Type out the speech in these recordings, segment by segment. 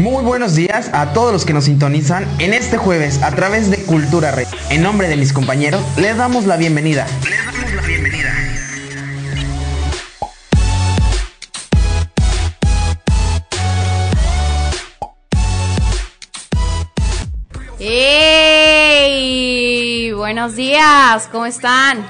Muy buenos días a todos los que nos sintonizan en este jueves a través de Cultura Red. En nombre de mis compañeros, les damos la bienvenida. ¡Hey! Buenos días, ¿cómo están?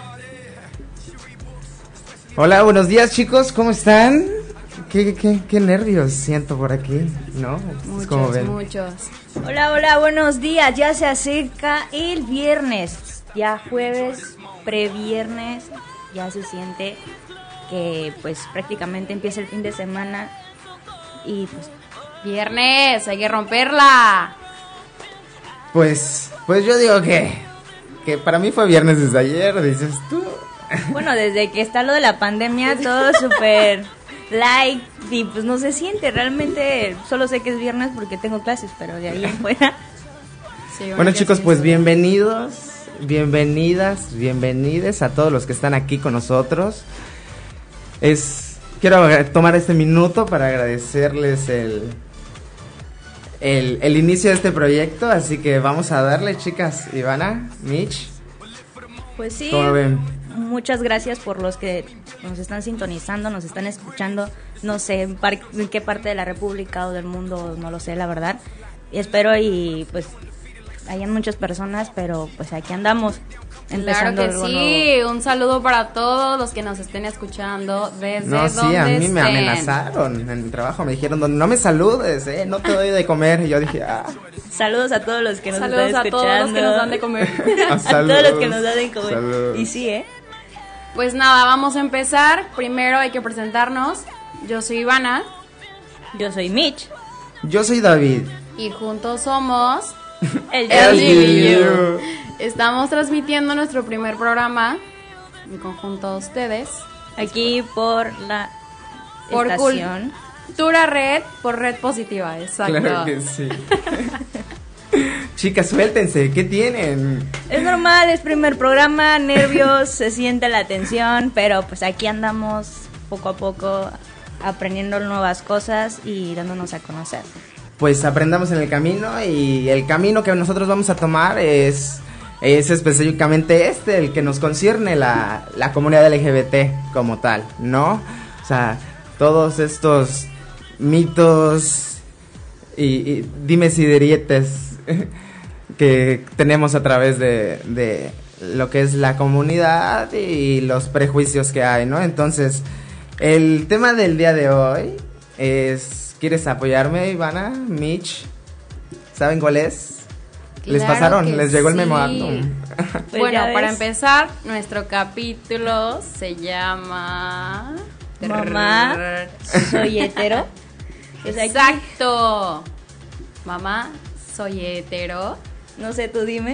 Hola, buenos días chicos, ¿cómo están? Qué nervios siento por aquí, ¿no? Muchos. Hola, buenos días. Ya se acerca el viernes, ya jueves, previernes, ya se siente que pues prácticamente empieza el fin de semana y pues Viernes, hay que romperla. Pues yo digo que para mí fue viernes desde ayer, dices tú. bueno, desde que está lo de la pandemia todo súper light y pues no se siente, realmente solo sé que es viernes porque tengo clases, pero de ahí en fuera. Sí, Bueno chicos, pues bienvenidos, bienvenides a todos los que están aquí con nosotros. Quiero tomar este minuto para agradecerles el inicio de este proyecto, así que vamos a darle, chicas. Ivana, Mitch. Pues sí, ¿cómo ven? muchas gracias por los que nos están sintonizando, nos están escuchando, no sé en qué parte de la República o del mundo, no lo sé, la verdad. Y espero y pues hayan muchas personas, pero pues aquí andamos. Empezando Claro que sí, un saludo para todos los que nos estén escuchando desde No, sí, donde a mí estén. me amenazaron en el trabajo, me dijeron, no me saludes, no te doy de comer. Y yo dije, Saludos a todos los que nos Saludos están a escuchando. todos los que nos dan de comer. A todos los que nos dan de comer. Saludos. Y sí, Pues nada, vamos a empezar. Primero hay que presentarnos. Yo soy Ivana yo soy Mitch. yo soy David. y juntos somos El LGBU. Estamos transmitiendo nuestro primer programa en conjunto a ustedes Aquí por la por estación. Cultura Red, por Red Positiva, exacto. Claro que sí. Chicas, suéltense, ¿qué tienen? Es normal, es primer programa, nervios, se siente la tensión, pero pues aquí andamos poco a poco aprendiendo nuevas cosas y dándonos a conocer. Pues aprendamos en el camino, y el camino que nosotros vamos a tomar es específicamente el que nos concierne la comunidad LGBT como tal, ¿no? O sea, todos estos mitos y dimes y diretes que tenemos a través de lo que es la comunidad y los prejuicios que hay, ¿no? Entonces, el tema del día de hoy es, ¿quieres apoyarme, Ivana, Mitch? ¿Saben cuál es? ¿Les Claro pasaron? que ¿Les llegó el sí. memorándum? Pues Bueno, ya para ves. empezar, nuestro capítulo se llama Mamá, soy hetero. Pues aquí, Exacto. Mamá, soy hetero. no sé, tú dime,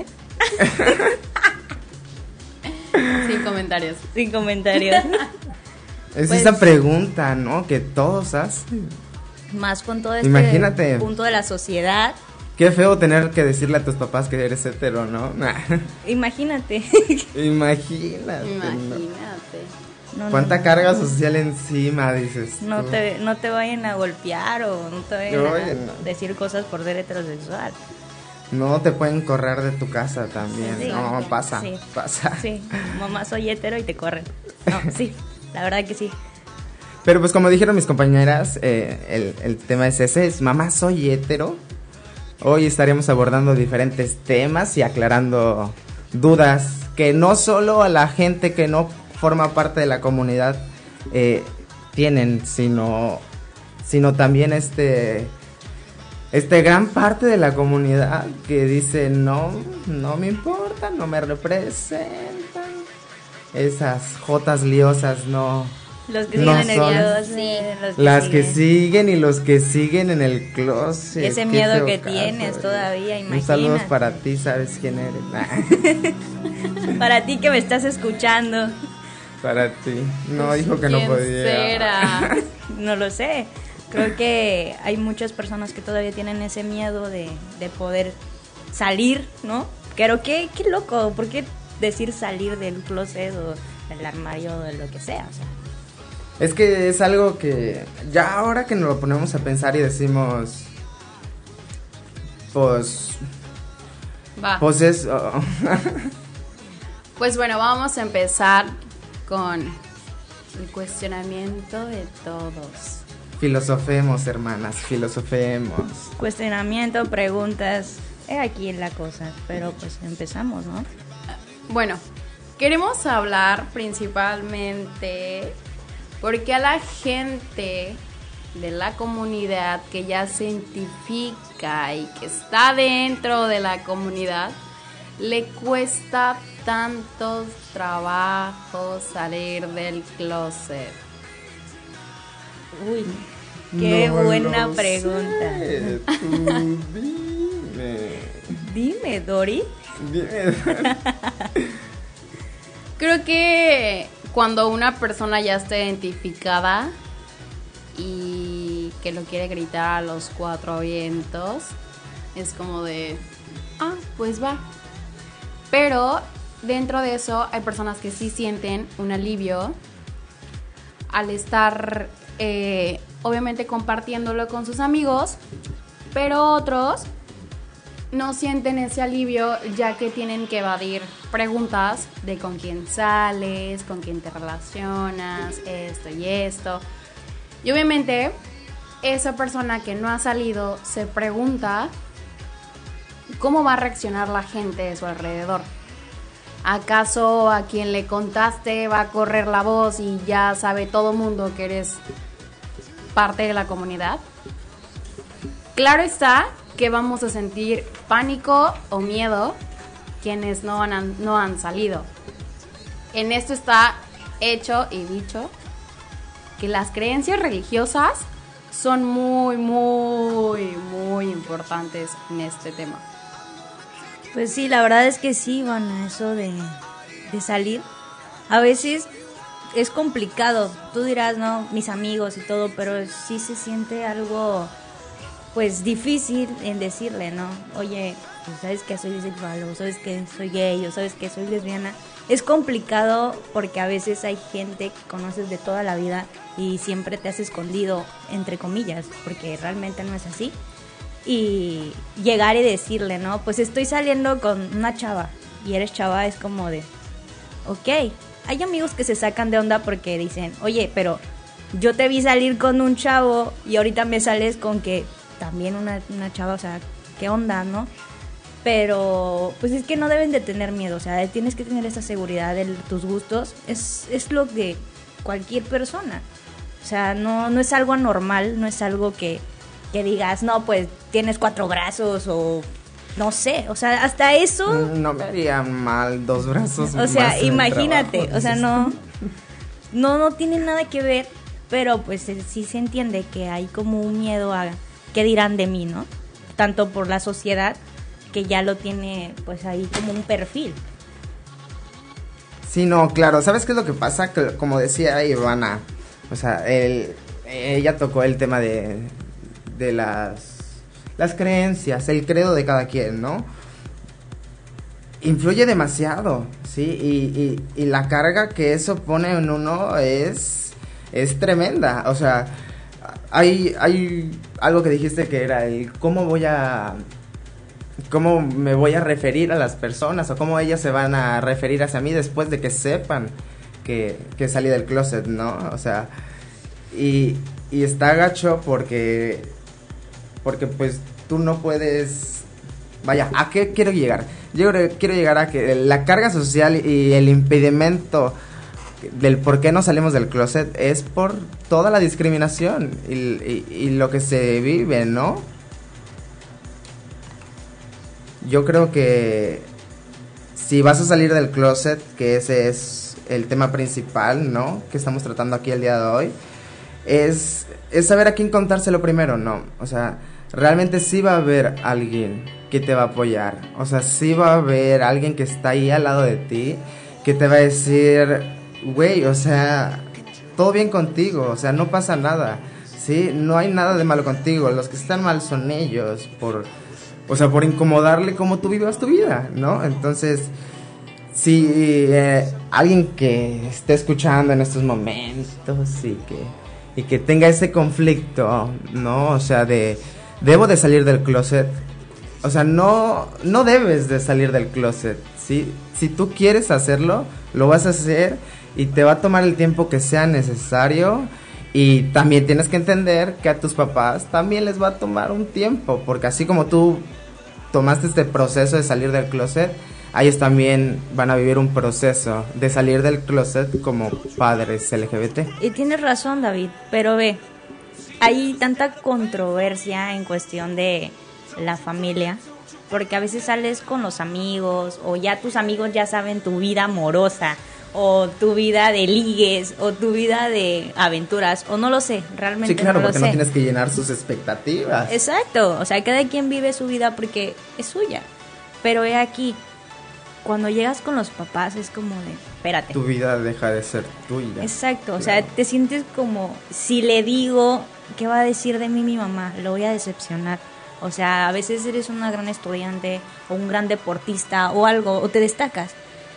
Sin comentarios. sin comentarios. Es Pues- esa pregunta, ¿no? Que todos hacen. Más con todo este Imagínate. punto de la sociedad. Qué feo tener que decirle a tus papás que eres hetero, ¿no? Imagínate. Imagínate. ¿no? Imagínate. No, ¿Cuánta no, carga social encima, dices No tú? te vayan a golpear o no te vayan Oye, a no. decir cosas por ser heterosexual. No te pueden correr de tu casa también. Sí. No, pasa, Sí. pasa. Sí, mamá, soy hetero y te corren. No, sí, la verdad que sí. Pero pues como dijeron mis compañeras, el tema es ese, es mamá, soy hetero. Hoy estaremos abordando diferentes temas y aclarando dudas que no solo a la gente que no forma parte de la comunidad tienen, sino también gran parte de la comunidad que dice no me importa, no me representan. Esas jotas liosas no. Los que No siguen en son. el closet, los Las que siguen y los que siguen en el closet. Ese Qué miedo feo que caso, tienes oye. todavía, Un saludo imagínate. para ti, sabes quién eres. Para ti que me estás escuchando, Para ti. No, Pues, dijo que no ¿quién podía. será? no lo sé. Creo que hay muchas personas que todavía tienen ese miedo de poder salir, ¿no? Pero qué loco, ¿por qué decir salir del closet o del armario o de lo que sea? O sea, Es que es algo que ya ahora que nos lo ponemos a pensar y decimos, Pues... Va. Pues eso. Pues bueno, vamos a empezar con el cuestionamiento de todos. Filosofemos, hermanas, filosofemos. Cuestionamiento, preguntas, aquí en la cosa, pero pues empezamos, ¿no? Bueno, queremos hablar principalmente porque a la gente de la comunidad que ya se identifica y que está dentro de la comunidad le cuesta tantos trabajos salir del closet. Uy, qué No buena lo pregunta. sé, tú dime. Dime, Dori. Dime. Creo que cuando una persona ya está identificada y que lo quiere gritar a los cuatro vientos, es como de, pues va. Pero dentro de eso hay personas que sí sienten un alivio al estar obviamente compartiéndolo con sus amigos, pero otros no sienten ese alivio ya que tienen que evadir preguntas de con quién sales, con quién te relacionas, esto y esto. Y obviamente esa persona que no ha salido se pregunta cómo va a reaccionar la gente de su alrededor. ¿Acaso a quien le contaste va a correr la voz y ya sabe todo mundo que eres parte de la comunidad? Claro está que vamos a sentir pánico o miedo quienes no han salido. En esto está hecho y dicho que las creencias religiosas son muy, muy, muy importantes en este tema. Pues sí, la verdad es que sí, Ivana, eso de salir. A veces es complicado. Tú dirás, no, mis amigos y todo, pero sí se siente algo, pues, difícil en decirle, ¿no? Oye, pues, ¿sabes que soy bisexual? O ¿sabes que soy gay? O ¿sabes que soy lesbiana? Es complicado porque a veces hay gente que conoces de toda la vida y siempre te has escondido, entre comillas, porque realmente no es así. Y llegar y decirle, ¿no? Pues estoy saliendo con una chava y eres chava, es como de, ok. Hay amigos que se sacan de onda porque dicen, oye, pero yo te vi salir con un chavo y ahorita me sales con que también una chava, o sea, ¿qué onda, no? Pero pues es que no deben de tener miedo, o sea, tienes que tener esa seguridad de tus gustos, es lo de cualquier persona. O sea, no es algo anormal, no es algo que digas, no, pues tienes 4 brazos o no sé, o sea, hasta eso. No me harían mal 2 brazos. O sea, más en el imagínate, trabajo. o sea, no tiene nada que ver, pero pues sí se entiende que hay como un miedo a qué dirán de mí, ¿no? Tanto por la sociedad que ya lo tiene pues ahí como un perfil. Sí, no, claro, ¿sabes qué es lo que pasa? Que, como decía Ivana, o sea, ella tocó el tema de las creencias, el credo de cada quien, ¿no? Influye demasiado, ¿sí? Y la carga que eso pone en uno es tremenda. O sea, hay algo que dijiste que era el cómo me voy a referir a las personas o cómo ellas se van a referir hacia mí después de que sepan que salí del closet, ¿no? O sea, y está gacho porque pues tú no puedes... Vaya, ¿a qué quiero llegar? Yo quiero llegar a que la carga social y el impedimento del por qué no salimos del closet es por toda la discriminación y lo que se vive, ¿no? Yo creo que si vas a salir del closet, que ese es el tema principal, ¿no? Que estamos tratando aquí el día de hoy, es saber a quién contárselo primero, ¿no? O sea, realmente sí va a haber alguien que te va a apoyar. O sea, sí va a haber alguien que está ahí al lado de ti, que te va a decir, güey, o sea, todo bien contigo, o sea, no pasa nada, ¿sí? No hay nada de malo contigo, los que están mal son ellos, por incomodarle como tú vivas tu vida, ¿no? Entonces, si alguien que esté escuchando en estos momentos y que tenga ese conflicto, ¿no? O sea, debo de salir del closet, o sea, no debes de salir del closet, ¿sí? Si tú quieres hacerlo, lo vas a hacer y te va a tomar el tiempo que sea necesario. Y también tienes que entender que a tus papás también les va a tomar un tiempo, porque así como tú tomaste este proceso de salir del closet, ellos también van a vivir un proceso de salir del closet como padres LGBT. Y tienes razón, David, pero ve, hay tanta controversia en cuestión de la familia, porque a veces sales con los amigos o ya tus amigos ya saben tu vida amorosa o tu vida de ligues o tu vida de aventuras o no lo sé, realmente sí, claro, no lo porque sé. no tienes que llenar sus expectativas. Exacto, o sea, cada quien vive su vida porque es suya, pero he aquí, cuando llegas con los papás es como de, espérate. Tu vida deja de ser tuya. Exacto, o claro. sea, te sientes como, si le digo, ¿qué va a decir de mí mi mamá? Lo voy a decepcionar. O sea, a veces eres una gran estudiante o un gran deportista o algo, o te destacas.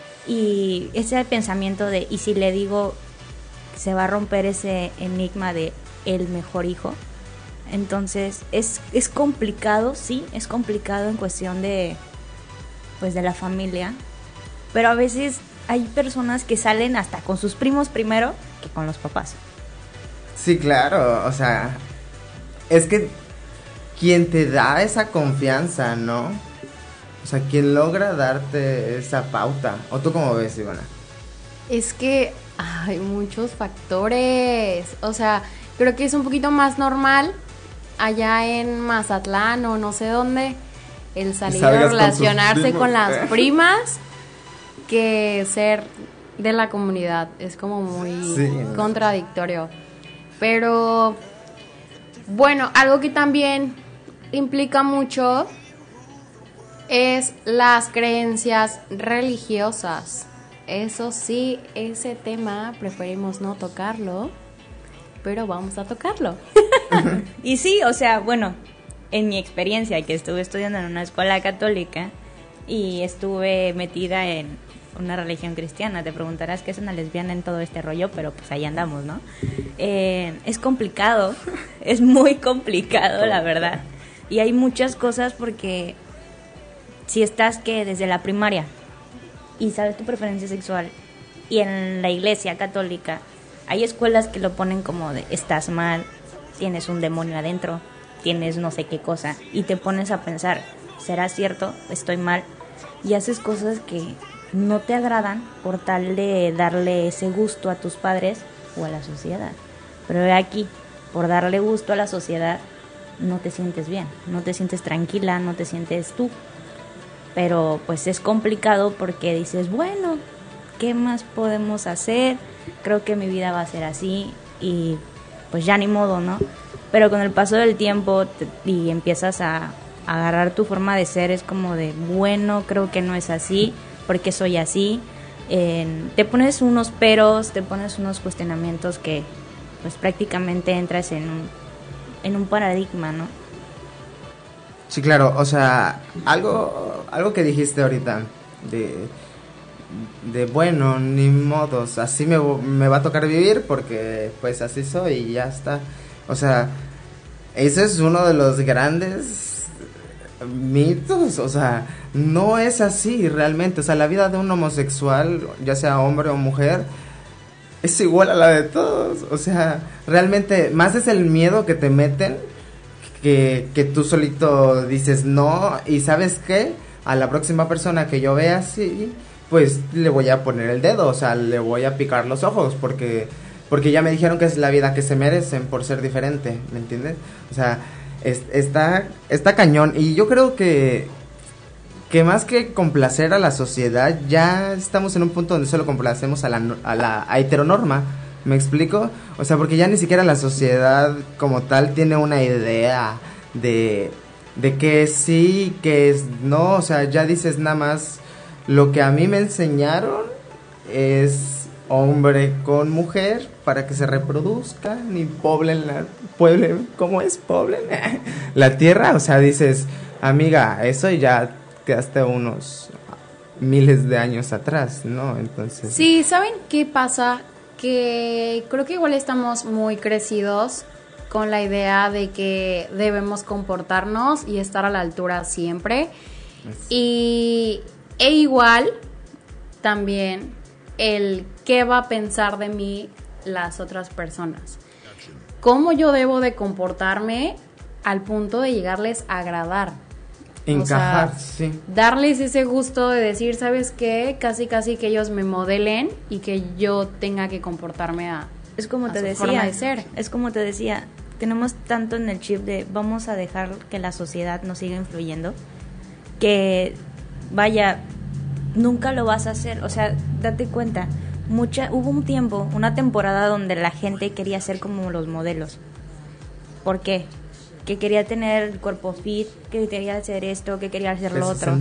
Y ese pensamiento de, ¿y si le digo, se va a romper ese enigma de el mejor hijo? Entonces, es complicado, sí, es complicado en cuestión de, pues, de la familia. Pero a veces hay personas que salen hasta con sus primos primero que con los papás. Sí, claro, o sea, es que quien te da esa confianza, ¿no? O sea, quien logra darte esa pauta. ¿O tú cómo ves, Ivana? Es que hay muchos factores. O sea, creo que es un poquito más normal allá en Mazatlán o no sé dónde el salir a relacionarse con las primas que ser de la comunidad. Es como muy contradictorio. Pero bueno, algo que también implica mucho es las creencias religiosas. Eso sí, ese tema preferimos no tocarlo, pero vamos a tocarlo. Y sí, o sea, bueno, en mi experiencia, que estuve estudiando en una escuela católica y estuve metida en una religión cristiana, te preguntarás qué es una lesbiana en todo este rollo, pero pues ahí andamos, ¿no? Es complicado, es muy complicado, la verdad. Y hay muchas cosas porque si estás que desde la primaria y sabes tu preferencia sexual y en la iglesia católica hay escuelas que lo ponen como de estás mal, tienes un demonio adentro, tienes no sé qué cosa y te pones a pensar, ¿será cierto? ¿Estoy mal? Y haces cosas que no te agradan por tal de darle ese gusto a tus padres o a la sociedad. Pero aquí, por darle gusto a la sociedad, no te sientes bien, no te sientes tranquila, no te sientes tú. Pero pues es complicado porque dices, bueno, ¿qué más podemos hacer? Creo que mi vida va a ser así y pues ya ni modo, ¿no? Pero con el paso del tiempo y empiezas a agarrar tu forma de ser, es como de, bueno, creo que no es así, porque soy así. Te pones unos peros, te pones unos cuestionamientos que pues prácticamente entras en un paradigma, ¿no? Sí, claro, o sea, algo que dijiste ahorita de bueno, ni modos, así me va a tocar vivir porque pues así soy y ya está. O sea, ese es uno de los grandes mitos, o sea, no es así realmente. O sea, la vida de un homosexual, ya sea hombre o mujer, es igual a la de todos. O sea, realmente más es el miedo que te meten que tú solito dices no. Y ¿sabes qué? A la próxima persona que yo vea así, pues le voy a poner el dedo, o sea, le voy a picar los ojos porque ya me dijeron que es la vida que se merecen por ser diferente, ¿me entiendes? O sea, está cañón. Y yo creo que más que complacer a la sociedad, ya estamos en un punto donde solo complacemos a la heteronorma. ¿Me explico? O sea, porque ya ni siquiera la sociedad como tal tiene una idea de que sí, que es no. O sea, ya dices nada más, lo que a mí me enseñaron es hombre con mujer para que se reproduzcan y poblen ¿cómo es? Poblen la tierra. O sea, dices, amiga, eso ya quedaste unos miles de años atrás, ¿no? Entonces... Sí, ¿saben qué pasa? Que creo que igual estamos muy crecidos con la idea de que debemos comportarnos y estar a la altura siempre. E igual también el qué va a pensar de mí las otras personas. Cómo yo debo de comportarme al punto de llegarles a agradar. Encajar, o sea, sí. Darles ese gusto de decir, ¿sabes qué? Casi que ellos me modelen y que yo tenga que comportarme es como te su decía, forma de ser. es como te decía, tenemos tanto en el chip de vamos a dejar que la sociedad nos siga influyendo, que vaya, nunca lo vas a hacer. O sea, date cuenta, hubo un tiempo, una temporada donde la gente quería ser como los modelos. ¿Por qué? Que quería tener el cuerpo fit, que quería hacer esto, que quería hacer lo otro.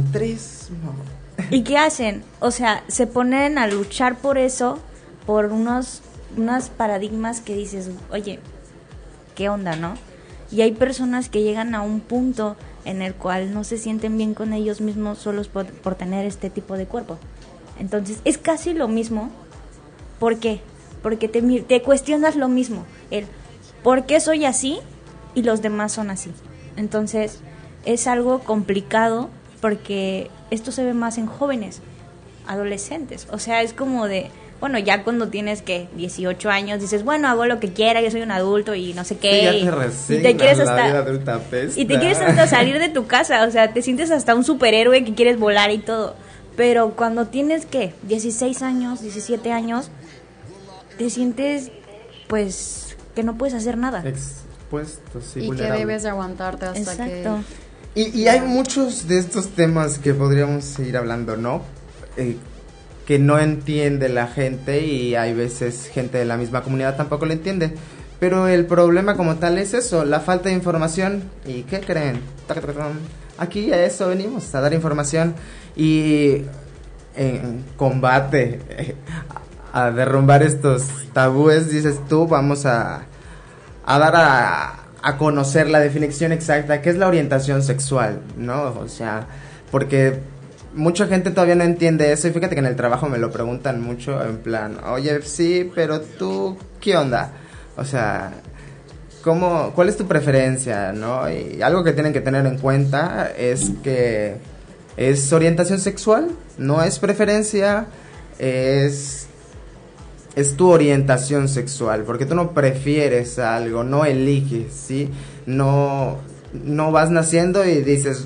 ¿Y qué hacen? O sea, se ponen a luchar por eso, por unos paradigmas que dices, oye, ¿qué onda, no? Y hay personas que llegan a un punto en el cual no se sienten bien con ellos mismos solos por tener este tipo de cuerpo. Entonces, es casi lo mismo. ¿Por qué? Porque te cuestionas lo mismo. ¿Por qué soy así y los demás son así? Entonces, es algo complicado porque esto se ve más en jóvenes, adolescentes. O sea, es como de, bueno, ya cuando tienes, 18 años, dices, bueno, hago lo que quiera, yo soy un adulto y no sé qué. Sí, ya te resignas, y te quieres la vida adulta apesta. Y te quieres hasta salir de tu casa, o sea, te sientes hasta un superhéroe que quieres volar y todo. Pero cuando tienes, 16 años, 17 años, te sientes, pues, que no puedes hacer nada. Expuesto, sí, y vulnerable. que debes de aguantarte hasta Exacto. Y hay muchos de estos temas que podríamos seguir hablando, ¿no? Que no entiende la gente y hay veces gente de la misma comunidad tampoco lo entiende. Pero el problema como tal es eso, la falta de información. ¿Y qué creen? Aquí a eso venimos, a dar información y en combate, a derrumbar estos tabúes, dices tú, vamos a dar a conocer la definición exacta, que es la orientación sexual, ¿no? O sea, porque mucha gente todavía no entiende eso y fíjate que en el trabajo me lo preguntan mucho en plan, oye, sí, pero tú, ¿qué onda? O sea, ¿cuál es tu preferencia, no? Y algo que tienen que tener en cuenta es que es orientación sexual, no es preferencia, es tu orientación sexual, porque tú no prefieres algo, no eliges, ¿sí? No vas naciendo y dices,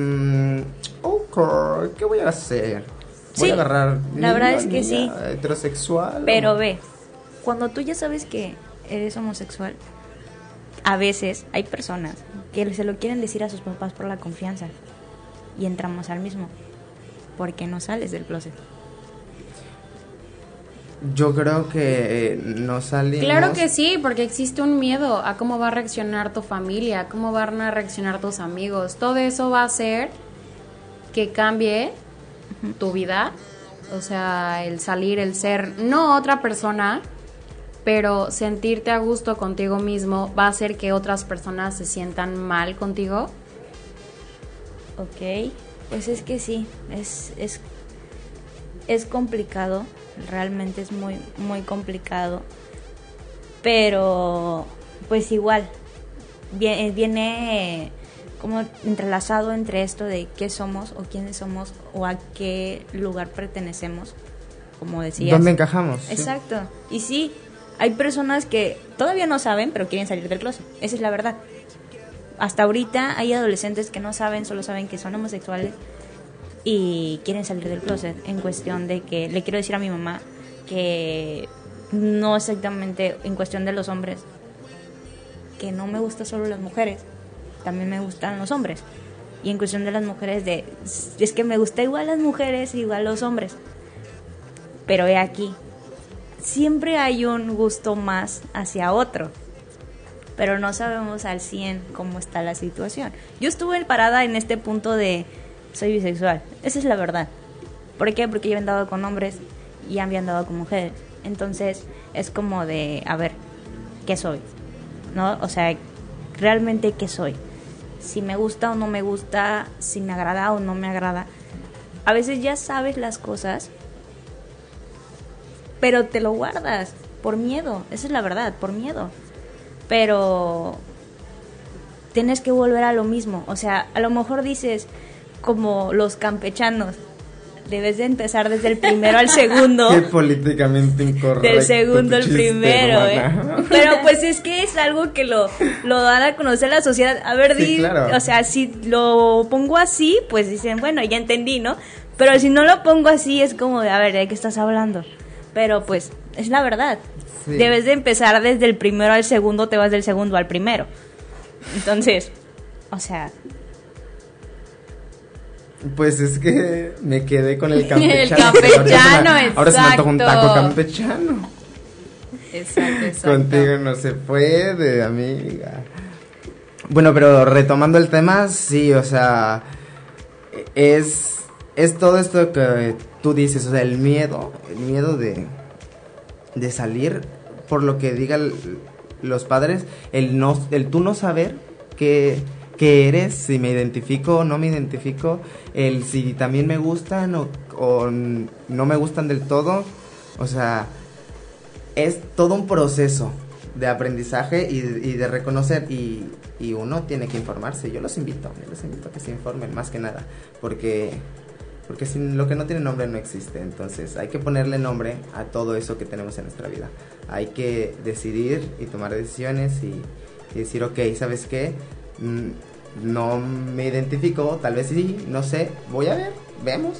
ok, ¿qué voy a hacer? Voy Sí, a agarrar la verdad niño, es que niña, sí. heterosexual. Pero ve, cuando tú ya sabes que eres homosexual, a veces hay personas que se lo quieren decir a sus papás por la confianza. Y entramos al mismo. ¿Por qué no sales del closet? Yo creo que no salimos. Claro que sí, porque existe un miedo a cómo va a reaccionar tu familia, a cómo van a reaccionar tus amigos. Todo eso va a hacer que cambie tu vida. O sea, el salir, el ser, no otra persona, pero sentirte a gusto contigo mismo va a hacer que otras personas se sientan mal contigo. Ok, pues es que sí, es complicado, realmente es muy, muy complicado, pero pues igual, viene como entrelazado entre esto de qué somos o quiénes somos o a qué lugar pertenecemos, como decías. ¿Dónde encajamos? Exacto, y sí, hay personas que todavía no saben, pero quieren salir del closet, esa es la verdad. Hasta ahorita hay adolescentes que no saben, solo saben que son homosexuales y quieren salir del closet, en cuestión de que le quiero decir a mi mamá que no exactamente en cuestión de los hombres, que no me gustan solo las mujeres, también me gustan los hombres. Y en cuestión de las mujeres, es que me gusta igual las mujeres, igual los hombres. Pero he aquí, siempre hay un gusto más hacia otro, pero no sabemos al 100 cómo está la situación. Yo estuve parada en este punto de soy bisexual, esa es la verdad. ¿Por qué? Porque yo he andado con hombres y había andado con mujeres. Entonces es como de, a ver, ¿qué soy? ¿No? O sea, realmente ¿qué soy? Si me gusta o no me gusta, si me agrada o no me agrada. A veces ya sabes las cosas, pero te lo guardas por miedo, esa es la verdad, por miedo. pero tienes que volver a lo mismo. O sea, a lo mejor dices, como los campechanos, debes de empezar desde el primero al segundo. Qué políticamente incorrecto. Del segundo al chiste, primero, hermana. Pero pues es que es algo que lo dan a conocer la sociedad. A ver, Sí, claro. O sea, si lo pongo así, pues dicen, bueno, ya entendí, ¿no? Pero si no lo pongo así, es como de, a ver, ¿de qué estás hablando? Pero pues, es la verdad. Sí. Debes de empezar desde el primero al segundo, te vas del segundo al primero. Entonces, o sea... Pues es que me quedé con el campechano. El campechano, Ahora se me antoja un exacto. taco campechano. Exacto. Contigo no se puede, amiga. Bueno, pero retomando el tema, sí, o sea, es todo esto que tú dices, o sea, el miedo de salir por lo que digan los padres, el tú no saber qué eres, si me identifico o no me identifico, el si también me gustan o no me gustan del todo, o sea, es todo un proceso de aprendizaje y de reconocer y uno tiene que informarse. Yo les invito a que se informen más que nada, porque sin lo que no tiene nombre no existe. Entonces hay que ponerle nombre a todo eso que tenemos en nuestra vida. Hay que decidir y tomar decisiones y decir, ok, ¿sabes qué? No me identifico, tal vez sí, no sé, voy a ver, vemos.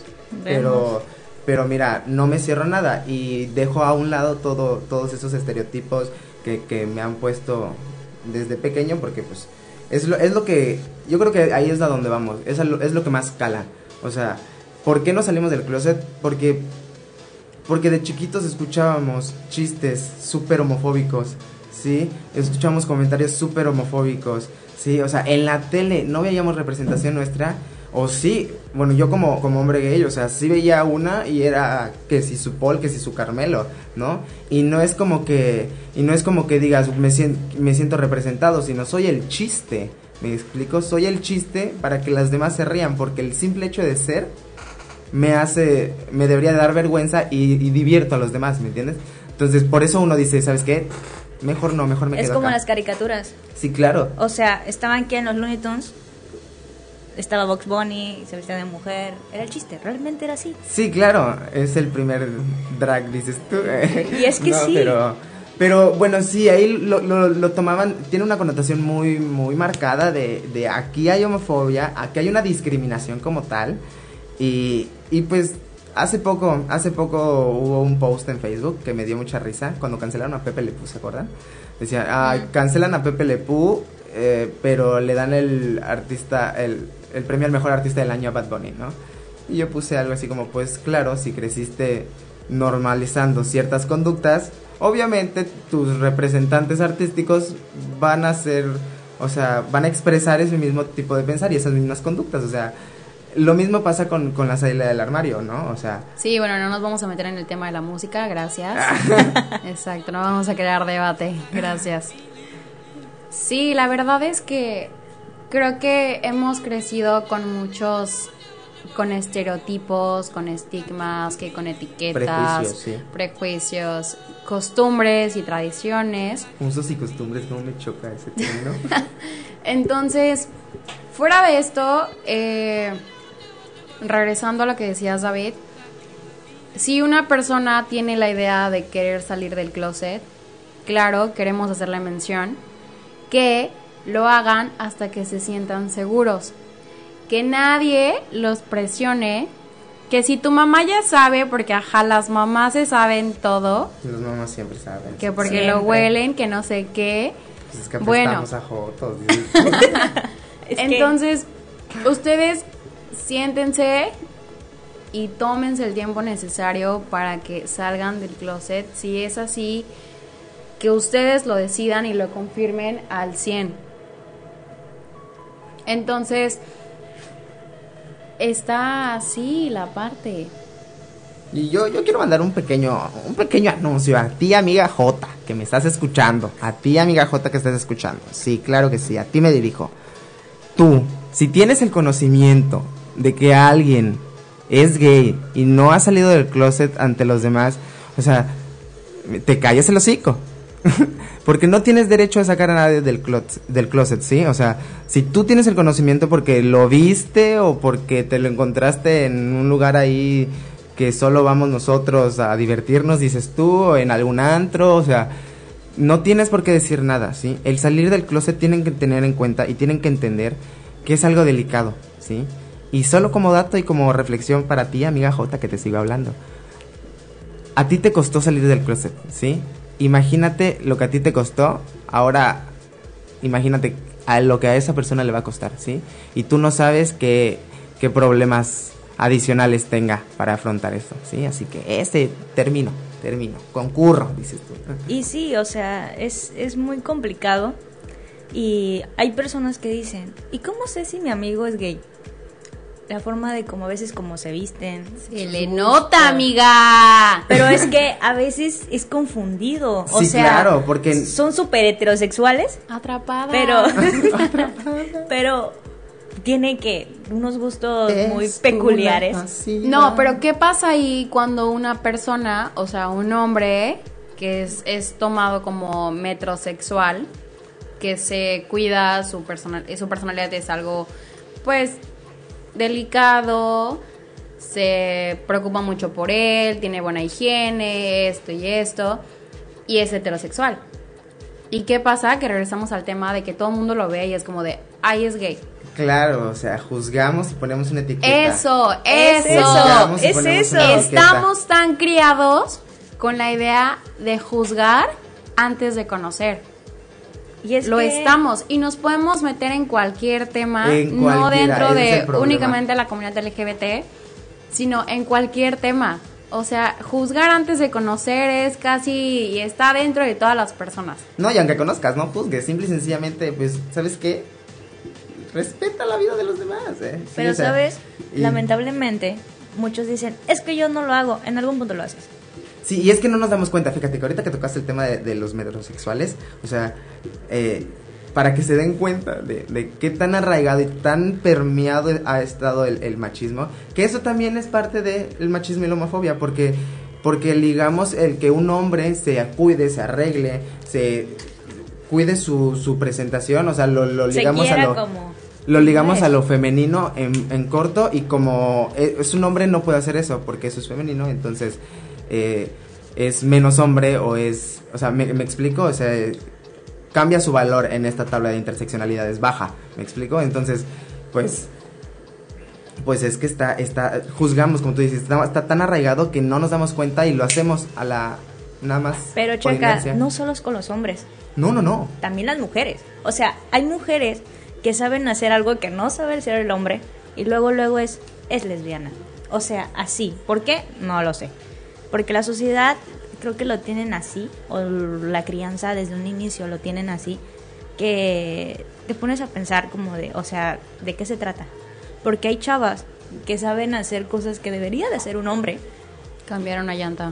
Pero mira, no me cierro nada y dejo a un lado todos esos estereotipos que me han puesto desde pequeño, porque pues es lo que, yo creo que ahí es a donde vamos, es lo que más cala. O sea, ¿por qué no salimos del closet? Porque de chiquitos escuchábamos chistes súper homofóbicos, ¿sí? Escuchábamos comentarios súper homofóbicos, ¿sí? O sea, en la tele no veíamos representación nuestra, o sí, bueno, yo como hombre gay, o sea, sí veía una y era que si su Paul, que si su Carmelo, ¿no? Y no es como que digas, me siento representado, sino soy el chiste, ¿me explico? Soy el chiste para que las demás se rían, porque el simple hecho de ser me debería dar vergüenza y divierto a los demás, ¿me entiendes? Entonces, por eso uno dice, ¿sabes qué? Mejor me quedo Es como acá. las caricaturas. Sí, claro. O sea, estaban aquí en los Looney Tunes, estaba Bugs Bunny, se vestía de mujer, era el chiste, realmente era así. Sí, claro, es el primer drag, dices tú. Y es que no, sí. Pero bueno, sí, ahí lo tomaban, tiene una connotación muy, muy marcada de aquí hay homofobia, aquí hay una discriminación como tal. Y pues hace poco hubo un post en Facebook que me dio mucha risa cuando cancelaron a Pepe Le Pew, ¿se acuerdan? Decía, cancelan a Pepe Le Pew, pero le dan el premio al mejor artista del año a Bad Bunny, ¿no? Y yo puse algo así como, pues claro, si creciste normalizando ciertas conductas, obviamente tus representantes artísticos van a expresar ese mismo tipo de pensar y esas mismas conductas, o sea, lo mismo pasa con la salida del armario, ¿no? O sea... Sí, bueno, no nos vamos a meter en el tema de la música, gracias. Exacto, no vamos a crear debate, gracias. Sí, la verdad es que creo que hemos crecido con estereotipos, con estigmas, que con etiquetas, prejuicios, costumbres y tradiciones. Usos y costumbres, ¿cómo me choca ese término? Entonces, fuera de esto, regresando a lo que decías, David, si una persona tiene la idea de querer salir del closet, claro, queremos hacerle mención que lo hagan hasta que se sientan seguros, que nadie los presione, que si tu mamá ya sabe, porque las mamás se saben todo, Las mamás siempre saben. que porque siempre lo huelen, que no sé qué, Pues es que bueno, apestamos a jotos. entonces ustedes siéntense y tómense el tiempo necesario para que salgan del closet, si es así, que ustedes lo decidan y lo confirmen al 100. Entonces, está así la parte. Y yo quiero mandar un pequeño anuncio a ti, amiga J, que me estás escuchando. A ti, amiga J, que estás escuchando. Sí, claro que sí, a ti me dirijo. Tú, si tienes el conocimiento de que alguien es gay y no ha salido del closet ante los demás, o sea, te calles el hocico. Porque no tienes derecho a sacar a nadie del closet, ¿sí? O sea, si tú tienes el conocimiento porque lo viste o porque te lo encontraste en un lugar ahí que solo vamos nosotros a divertirnos, dices tú, o en algún antro, o sea, no tienes por qué decir nada, ¿sí? El salir del closet tienen que tener en cuenta y tienen que entender que es algo delicado, ¿sí? Y solo como dato y como reflexión para ti, amiga Jota, que te sigo hablando. A ti te costó salir del closet, ¿sí? Imagínate lo que a ti te costó, ahora imagínate a lo que a esa persona le va a costar, ¿sí? Y tú no sabes qué problemas adicionales tenga para afrontar esto, ¿sí? Así que termino, concurro, dices tú. Y sí, o sea, es muy complicado y hay personas que dicen, ¿y cómo sé si mi amigo es gay? La forma de como a veces como se visten. Se le nota, amiga. Pero es que a veces es confundido. O sí, sea, claro, porque son súper heterosexuales. Atrapada. Pero tiene que unos gustos muy peculiares. No, pero ¿qué pasa ahí cuando una persona, o sea, un hombre que es tomado como metrosexual, que se cuida, su personalidad es algo, pues, delicado, se preocupa mucho por él, tiene buena higiene, esto y esto, y es heterosexual? ¿Y qué pasa? Que regresamos al tema de que todo el mundo lo ve y es como de, ay, es gay. Claro, o sea, juzgamos y ponemos una etiqueta. Eso. Estamos tan criados con la idea de juzgar antes de conocer. Y lo estamos, y nos podemos meter en cualquier tema, no dentro de únicamente la comunidad LGBT, sino en cualquier tema. O sea, juzgar antes de conocer es casi, y está dentro de todas las personas. No, y aunque conozcas, no juzgues, simple y sencillamente, pues, ¿sabes qué? Respeta la vida de los demás, ¿eh? Sí, pero, ¿sabes? Lamentablemente, muchos dicen, es que yo no lo hago, en algún punto lo haces. Sí, y es que no nos damos cuenta, fíjate que ahorita que tocaste el tema de los metrosexuales, o sea, para que se den cuenta de qué tan arraigado y tan permeado ha estado el machismo, que eso también es parte del machismo y la homofobia, porque ligamos el que un hombre se cuide, se arregle, se cuide su presentación, o sea, lo ligamos a lo... Lo ligamos a lo femenino en corto, y como es un hombre no puede hacer eso porque eso es femenino, entonces es menos hombre o sea, me explico, o sea, cambia su valor en esta tabla de interseccionalidades, baja, ¿me explico? Entonces, pues es que juzgamos, como tú dices, está tan arraigado que no nos damos cuenta y lo hacemos a la nada más. Pero checa, no solo es con los hombres. No. También las mujeres. O sea, hay mujeres que saben hacer algo que no sabe hacer el hombre y luego es lesbiana. O sea, así. ¿Por qué? No lo sé. Porque la sociedad creo que lo tienen así, o la crianza desde un inicio lo tienen así, que te pones a pensar como de, o sea, ¿de qué se trata? Porque hay chavas que saben hacer cosas que debería de hacer un hombre. Cambiar una llanta.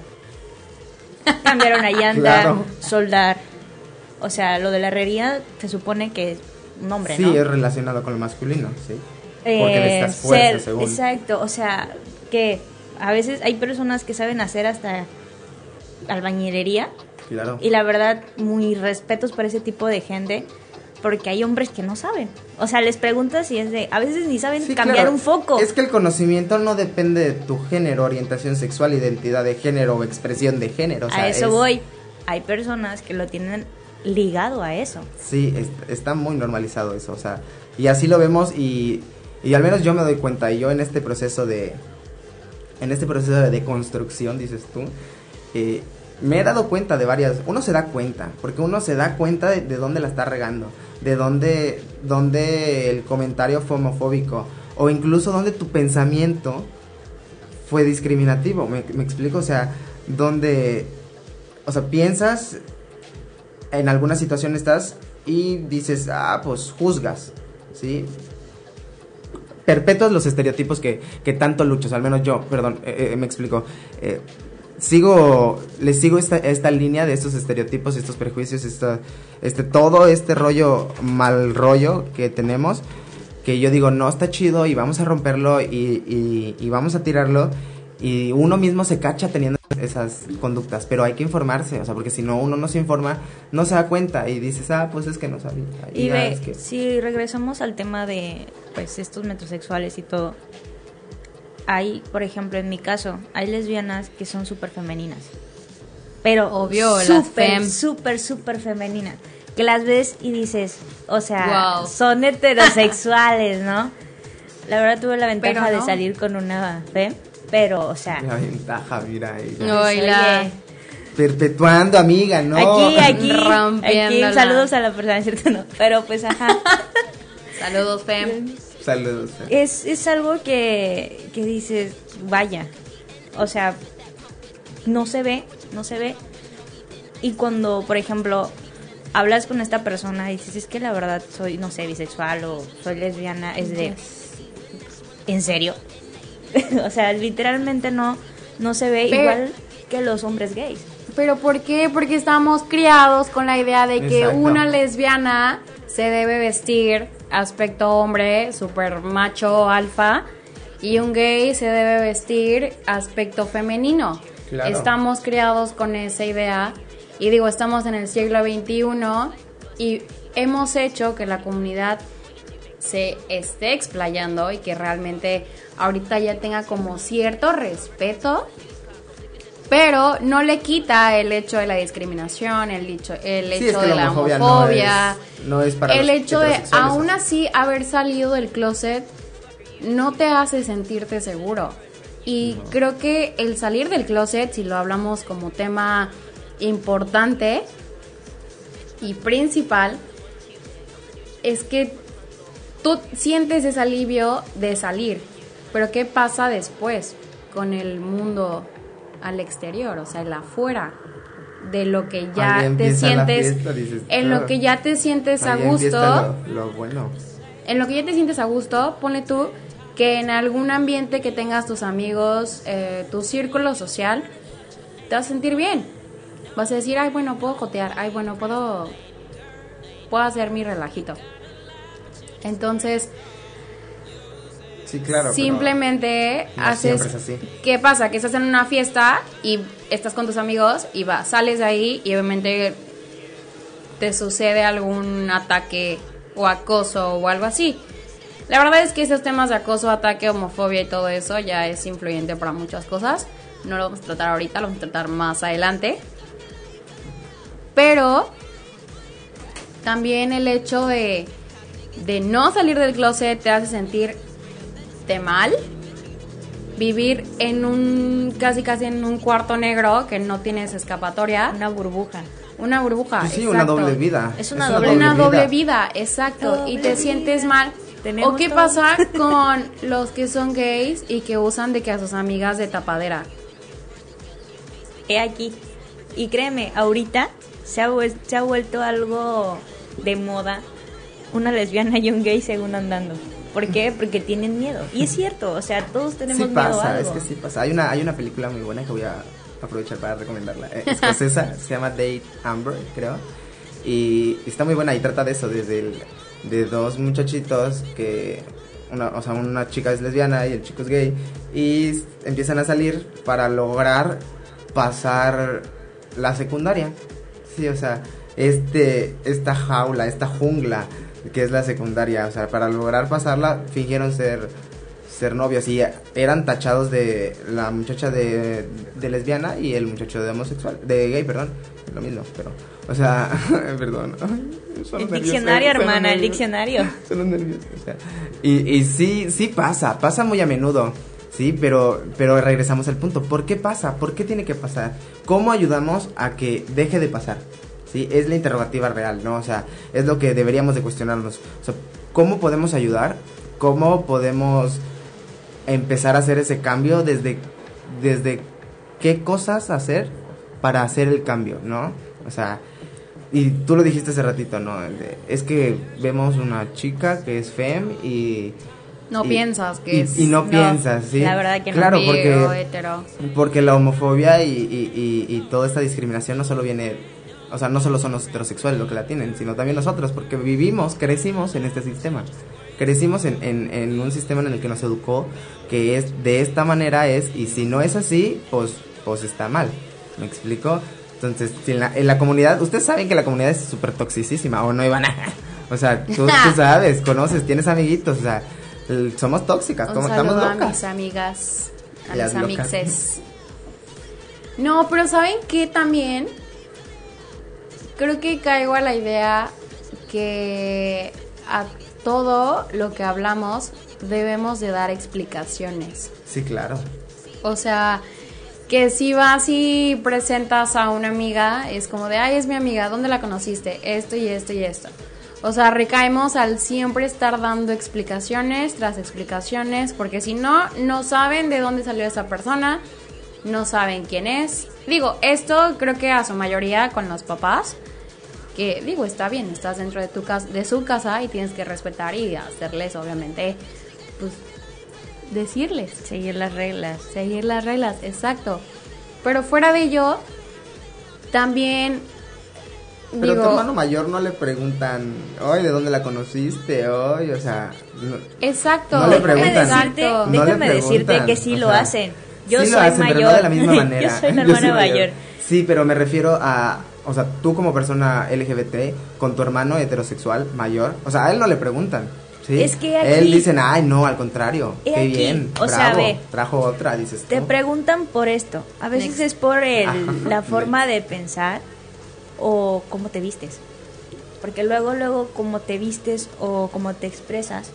Claro. Soldar. O sea, lo de la herrería se supone que es un hombre, sí, ¿no? Sí, es relacionado con lo masculino, sí. Porque necesitas fuerza, según. Exacto, o sea, que a veces hay personas que saben hacer hasta albañilería. Claro. Y la verdad, muy respetos para ese tipo de gente, porque hay hombres que no saben. O sea, les preguntas y es de, a veces ni saben cambiar un foco. Es que el conocimiento no depende de tu género, orientación sexual, identidad de género o expresión de género. O sea, a eso voy. Hay personas que lo tienen ligado a eso. Sí, está muy normalizado eso, o sea, y así lo vemos y al menos yo me doy cuenta, y yo en este proceso de construcción, dices tú, me he dado cuenta de varias, uno se da cuenta de dónde la está regando, de dónde el comentario fue homofóbico, o incluso dónde tu pensamiento fue discriminativo, me explico, o sea, piensas, en alguna situación estás y dices, pues juzgas, ¿sí? Perpetúas los estereotipos que tanto luchas, al menos yo, perdón, me explico, les sigo esta línea de estos estereotipos, estos prejuicios, todo este mal rollo que tenemos, que yo digo, no está chido y vamos a romperlo y vamos a tirarlo, y uno mismo se cacha teniendo esas conductas, pero hay que informarse, o sea, porque si no, uno no se informa, no se da cuenta y dices, pues es que no sabía. Y ya, ve, si regresamos al tema de, pues, estos metrosexuales y todo, hay, por ejemplo, en mi caso, hay lesbianas que son súper femeninas, pero obvio, súper femeninas, que las ves y dices, o sea, wow, son heterosexuales, ¿no? La verdad tuve la ventaja no de salir con una fem, pero, o sea... La ventaja, mira ella. No, y la... Perpetuando, amiga, ¿no? Aquí, rompiéndola. saludos a la persona, ¿cierto? No, pero pues, ajá. Saludos, Fem. Saludos. Es algo que dices, vaya, o sea, no se ve. Y cuando, por ejemplo, hablas con esta persona y dices, es que la verdad soy, no sé, bisexual o soy lesbiana, es de, ¿en serio? O sea, literalmente no se ve igual que los hombres gays. ¿Pero por qué? Porque estamos criados con la idea de que una lesbiana se debe vestir aspecto hombre, super macho, alfa, y un gay se debe vestir aspecto femenino. Claro. Estamos criados con esa idea, y digo, estamos en el siglo XXI y hemos hecho que la comunidad se esté explayando y que realmente ahorita ya tenga como cierto respeto, pero no le quita el hecho de la discriminación, el hecho de la homofobia, no es para el los hecho de heterosexuales, aún así haber salido del closet no te hace sentirte seguro. Y creo que el salir del closet, si lo hablamos como tema importante y principal, es que tú sientes ese alivio de salir, pero ¿qué pasa después con el mundo al exterior, o sea, el afuera, de lo que ya te sientes, fiesta, dices, en lo que ya te sientes a gusto, lo bueno. en lo que ya te sientes a gusto, ponle tú que en algún ambiente que tengas tus amigos, tu círculo social, te vas a sentir bien, vas a decir, ay, bueno, puedo jotear, ay, bueno, puedo hacer mi relajito. Entonces, sí, claro, simplemente no haces. siempre es así. ¿Qué pasa? Que estás en una fiesta y estás con tus amigos y sales de ahí y obviamente te sucede algún ataque o acoso o algo así. La verdad es que esos temas de acoso, ataque, homofobia y todo eso ya es influyente para muchas cosas. No lo vamos a tratar ahorita, lo vamos a tratar más adelante. Pero también el hecho de no salir del closet te hace sentirte mal. Vivir en casi en un cuarto negro que no tienes escapatoria. Una burbuja. Pues sí, una doble vida. Es una doble vida, exacto. Y te sientes mal. ¿O qué pasa con los que son gays y que usan de que a sus amigas de tapadera? He aquí. Y créeme, ahorita se ha vuelto algo de moda una lesbiana y un gay según andando. ¿Por qué? Porque tienen miedo. Y es cierto, o sea, todos tenemos miedo a algo. Es que sí pasa. Hay una película muy buena que voy a aprovechar para recomendarla. Escocesa, se llama Date Amber, creo. Y está muy buena y trata de eso, de dos muchachitos que... una chica es lesbiana y el chico es gay. Y empiezan a salir para lograr pasar la secundaria. Sí, o sea, esta jaula, esta jungla que es la secundaria, o sea, para lograr pasarla fingieron ser novios y eran tachados de la muchacha de lesbiana y el muchacho de homosexual, de gay, perdón, lo mismo, pero, o sea, perdón. El diccionario, hermana, el diccionario. Son los nervios, o sea, y sí pasa muy a menudo. Sí, pero regresamos al punto. ¿Por qué pasa? ¿Por qué tiene que pasar? ¿Cómo ayudamos a que deje de pasar? Sí, es la interrogativa real, ¿no? O sea, es lo que deberíamos de cuestionarnos. O sea, ¿cómo podemos ayudar? ¿Cómo podemos empezar a hacer ese cambio? Desde qué cosas hacer para hacer el cambio, ¿no? O sea, y tú lo dijiste hace ratito, ¿no? Es que vemos una chica que es fem y... No piensas que es... Y no piensas, ¿sí? La verdad que no. Claro, porque la homofobia y toda esta discriminación no solo viene... O sea, no solo son los heterosexuales los que la tienen, sino también nosotros, porque crecimos en este sistema. crecimos en un sistema en el que nos educó que es de esta manera es, y si no es así, pues está mal, ¿me explico? Entonces, si en la comunidad, ustedes saben que la comunidad es súper toxicísima, o no, Ivana, o sea, tú sabes, conoces, tienes amiguitos, o sea, somos tóxicas, Un estamos saludo a locas. mis amigas, a Las mis locas. amixes. No, pero ¿saben qué también? Creo que caigo a la idea que a todo lo que hablamos debemos de dar explicaciones. Sí, claro. O sea, que si vas y presentas a una amiga, es como de, ay, es mi amiga, ¿dónde la conociste? Esto y esto y esto. O sea, recaemos al siempre estar dando explicaciones tras explicaciones, porque si no, no saben de dónde salió esa persona, no saben quién es. Digo, esto creo que a su mayoría con los papás, que digo, está bien, estás dentro de tu casa, de su casa y tienes que respetar y hacerles, obviamente, pues, decirles. Seguir las reglas. Seguir las reglas, exacto. Pero fuera de ello, también Pero digo, tu hermano mayor no le preguntan, oye, ¿de dónde la conociste? Oye, o sea, no, exacto. no le preguntan. Exacto. No le Déjame decirte preguntan, que sí o lo sea, hacen. Yo sí soy lo hacen, mayor. pero no de la misma manera. Yo soy la Yo hermana mayor. Sí, pero me refiero a, o sea, tú como persona LGBT, con tu hermano heterosexual mayor, o sea, a él no le preguntan, ¿sí? Es que aquí- él dicen, ay, no, al contrario, He qué aquí, bien, o sea, bravo, ve, trajo otra, dices Te tú. preguntan por esto. A veces Next. es por Ajá. la forma de pensar o cómo te vistes. Porque luego, cómo te vistes o cómo te expresas,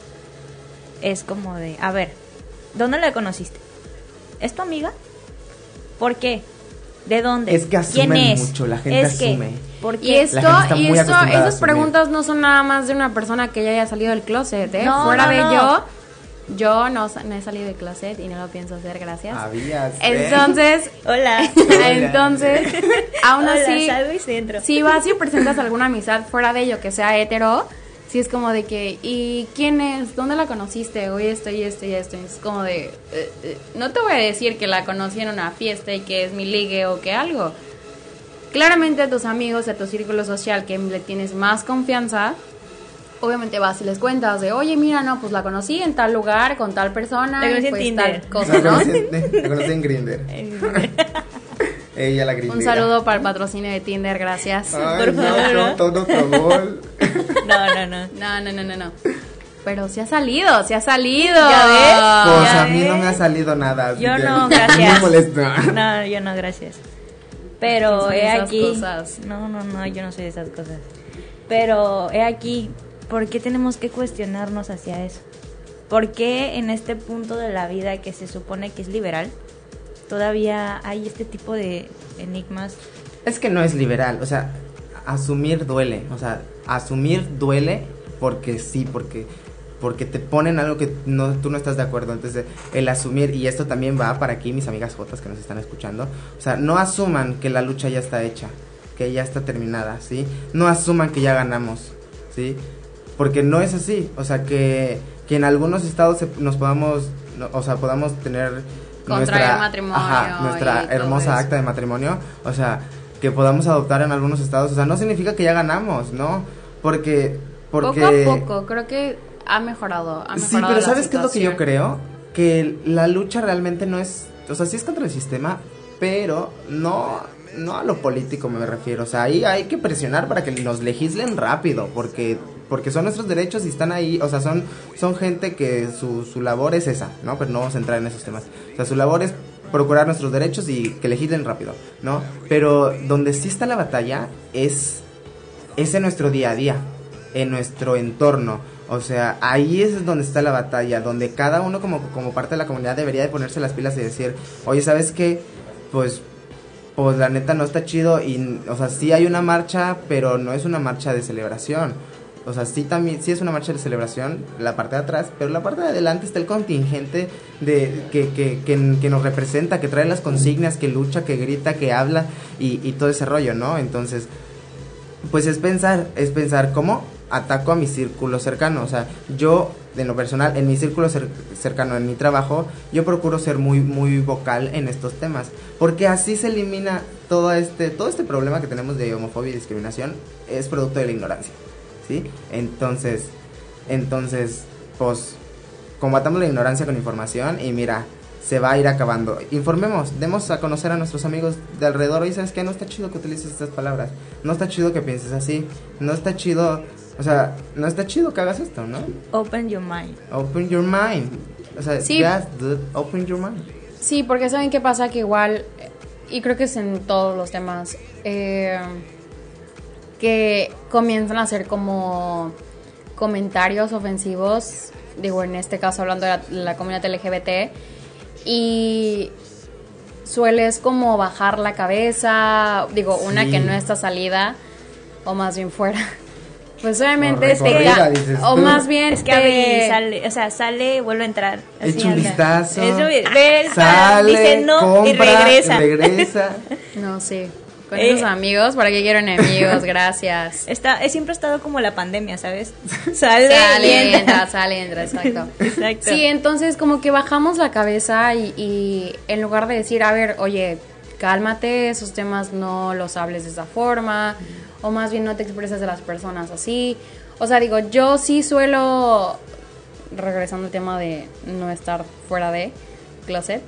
es como de, a ver, ¿dónde la conociste? ¿Es tu amiga? ¿Por qué? ¿De dónde? Es que asumen ¿Quién es? mucho, la gente es que, asume. ¿por Y qué? esto, La gente está muy acostumbrada a esas asumir. preguntas no son nada más de una persona que ya haya salido del closet, ¿eh? No, Fuera no, de no. yo no he salido del closet y no lo pienso hacer, gracias. Habías, Entonces, Hola. entonces, aún Hola, así, salgo y centro. si vas y presentas alguna amistad fuera de ello que sea hetero, sí es como de que, ¿y quién es? ¿Dónde la conociste? Oye, esto y esto y esto. Y es como de, no te voy a decir que la conocí en una fiesta y que es mi ligue o que algo. Claramente a tus amigos, a tu círculo social que le tienes más confianza, obviamente vas y les cuentas de, oye, mira, no, pues la conocí en tal lugar, con tal persona, La conocí en pues Tinder. tal cosa, La ¿no? conocí en Grindr. Ella la Grindr. Un saludo para el patrocinio de Tinder, gracias. Ay, Por no, favor, ¿no? todo favor. No. Pero se ha salido, se ha salido. ¿Ya ves? Pues Ya a mí no ves. me ha salido nada. así Yo que no, Muy gracias. molesto. No, yo no, gracias. Pero Son he esas aquí. cosas. No, yo no soy de esas cosas. Pero he aquí, ¿por qué tenemos que cuestionarnos hacia eso? ¿Por qué en este punto de la vida que se supone que es liberal, todavía hay este tipo de enigmas? Es que no es liberal, o sea, asumir duele, o sea, asumir duele porque sí, porque te ponen algo que no, tú no estás de acuerdo. Entonces, el asumir, y esto también va para aquí mis amigas jotas que nos están escuchando, o sea, no asuman que la lucha ya está hecha, que ya está terminada, ¿sí? No asuman que ya ganamos, ¿sí? Porque no es así, o sea, que en algunos estados nos podamos, o sea, podamos tener Contraer matrimonio nuestra y todo hermosa eso. acta de matrimonio, o sea, que podamos adoptar en algunos estados, o sea, no significa que ya ganamos, ¿no? Porque Poco a poco, creo que ha mejorado. sí, pero la ¿sabes qué es lo que yo situación. creo? Que la lucha realmente no es, o sea, sí es contra el sistema, pero no a lo político me refiero, o sea, ahí hay que presionar para que nos legislen rápido, porque son nuestros derechos y están ahí, o sea, son gente que su labor es esa, ¿no? Pero no vamos a entrar en esos temas. O sea, su labor es procurar nuestros derechos y que legislen rápido, ¿no? Pero donde sí está la batalla es en nuestro día a día, en nuestro entorno. O sea, ahí es donde está la batalla, donde cada uno como parte de la comunidad debería de ponerse las pilas y decir, oye, ¿sabes qué? Pues la neta no está chido y, o sea, sí hay una marcha, pero no es una marcha de celebración. O sea, sí es una marcha de celebración, la parte de atrás, pero la parte de adelante está el contingente que nos representa, que trae las consignas, que lucha, que grita, que habla y todo ese rollo, ¿no? Entonces, pues es pensar cómo ataco a mi círculo cercano. O sea, yo, en lo personal, en mi círculo cercano, en mi trabajo, yo procuro ser muy, muy vocal en estos temas, porque así se elimina todo este problema que tenemos de homofobia y discriminación, es producto de la ignorancia, ¿sí? Entonces, pues combatamos la ignorancia con información y mira, se va a ir acabando. Informemos, demos a conocer a nuestros amigos de alrededor. Y sabes que no está chido que utilices estas palabras, no está chido que pienses así, no está chido, o sea, no está chido que hagas esto, ¿no? Open your mind. Open your mind. O sea, Sí. yes, dude, open your mind. Sí, porque ¿saben qué pasa? Que igual, y creo que es en todos los temas, que comienzan a hacer como comentarios ofensivos, digo, en este caso hablando de la comunidad LGBT, y sueles como bajar la cabeza, digo, una Sí. que no está salida, o más bien fuera. Pues obviamente O recorrida, dices o tú. más bien Es que a ver, sale, o sea, sale y vuelve a entrar. Así Echa un anda. vistazo, Ve, sale, dice no compra, y regresa. No, sí, con esos amigos, ¿para qué quiero enemigos? Gracias. Siempre ha estado como la pandemia, ¿sabes? Sale, Sale, entra, exacto. Exacto. Sí, entonces como que bajamos la cabeza y en lugar de decir, a ver, oye, cálmate, esos temas no los hables de esa forma, o más bien no te expresas de las personas así. O sea, digo, yo sí suelo, regresando al tema de no estar fuera de closet,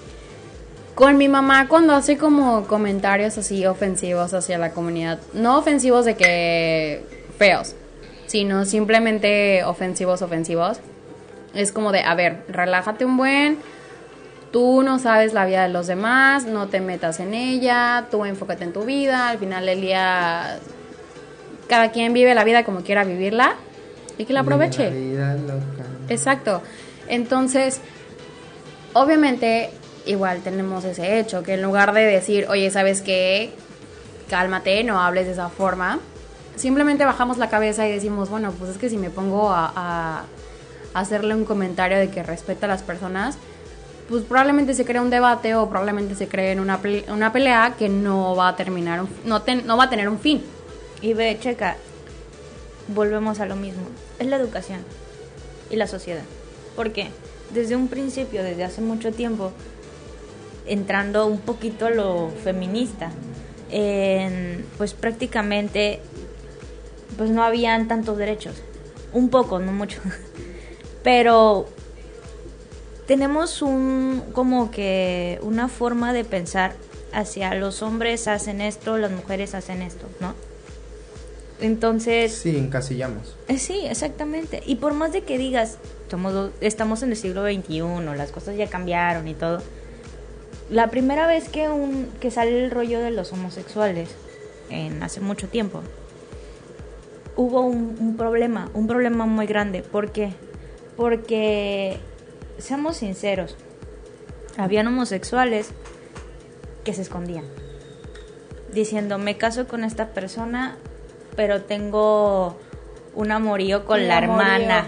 con mi mamá cuando hace como comentarios así ofensivos hacia la comunidad, no ofensivos de que feos, sino simplemente ofensivos, es como de, a ver, relájate un buen, tú no sabes la vida de los demás, no te metas en ella, tú enfócate en tu vida, al final del día cada quien vive la vida como quiera vivirla y que la aproveche. Vive la vida loca. Exacto. Entonces, obviamente, igual tenemos ese hecho, que en lugar de decir, oye, ¿sabes qué? Cálmate, no hables de esa forma, simplemente bajamos la cabeza y decimos, bueno, pues es que si me pongo a hacerle un comentario de que respeta a las personas, pues probablemente se crea un debate o probablemente se cree en una pelea que no va a terminar, no va a tener un fin. Y ve, checa, volvemos a lo mismo. Es la educación y la sociedad. ¿Por qué? Desde un principio, desde hace mucho tiempo, entrando un poquito a lo feminista, pues prácticamente pues no habían tantos derechos. Un poco, no mucho. Pero tenemos como que una forma de pensar hacia los hombres hacen esto, las mujeres hacen esto, ¿no? Entonces... Sí, encasillamos. Sí, exactamente. Y por más de que digas, estamos en el siglo XXI, las cosas ya cambiaron y todo. La primera vez que sale el rollo de los homosexuales, hace mucho tiempo, hubo un problema muy grande. ¿Por qué? Porque, seamos sinceros, habían homosexuales que se escondían, diciendo, me caso con esta persona, pero tengo un amorío con la hermana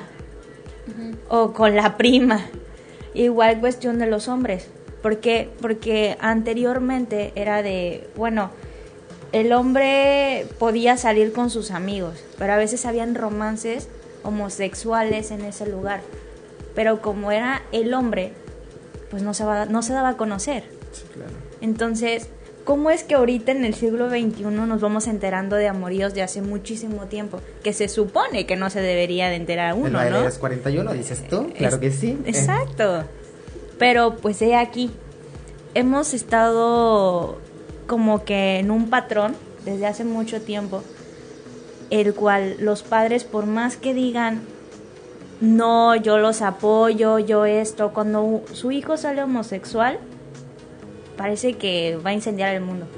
o con la prima. Igual cuestión de los hombres. ¿Por qué? Porque anteriormente era de, bueno, el hombre podía salir con sus amigos, pero a veces habían romances homosexuales en ese lugar. Pero como era el hombre, pues no se daba a conocer. Sí, claro. Entonces, ¿cómo es que ahorita en el siglo XXI nos vamos enterando de amoríos de hace muchísimo tiempo? Que se supone que no se debería de enterar uno, ¿El baile ¿no? de los 41, dices tú? Claro que sí. Exacto. Pero pues aquí hemos estado como que en un patrón desde hace mucho tiempo, el cual los padres, por más que digan, no, yo los apoyo, yo esto, cuando su hijo sale homosexual, parece que va a incendiar el mundo.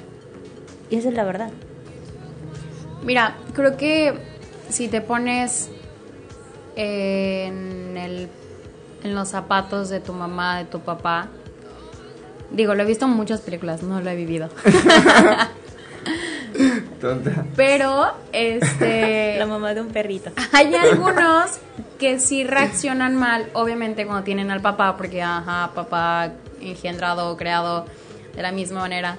Y esa es la verdad. Mira, creo que si te pones en los zapatos de tu mamá, de tu papá, digo, lo he visto en muchas películas, no lo he vivido. Tonta. Pero, La mamá de un perrito. hay algunos que sí reaccionan mal, obviamente cuando tienen al papá, porque, papá engendrado, creado de la misma manera,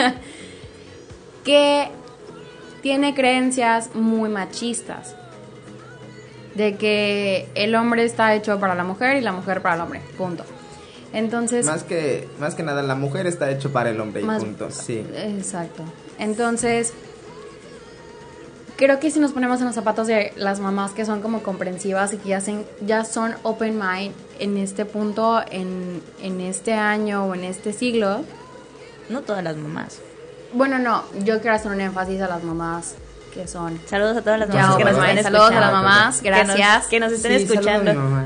que tiene creencias muy machistas, de que el hombre está hecho para la mujer y la mujer para el hombre, punto. Entonces, Más que nada, la mujer está hecho para el hombre y punto. Sí. Exacto. Entonces, creo que si nos ponemos en los zapatos de las mamás que son como comprensivas y que ya son open mind en este punto, en este año o en este siglo. No todas las mamás. Bueno, no, yo quiero hacer un énfasis a las mamás que son. Saludos a todas las Ya mamás que nos open estén mind. escuchando. Saludos a las mamás, gracias. Que nos estén Sí, saludos a mi escuchando. mamá.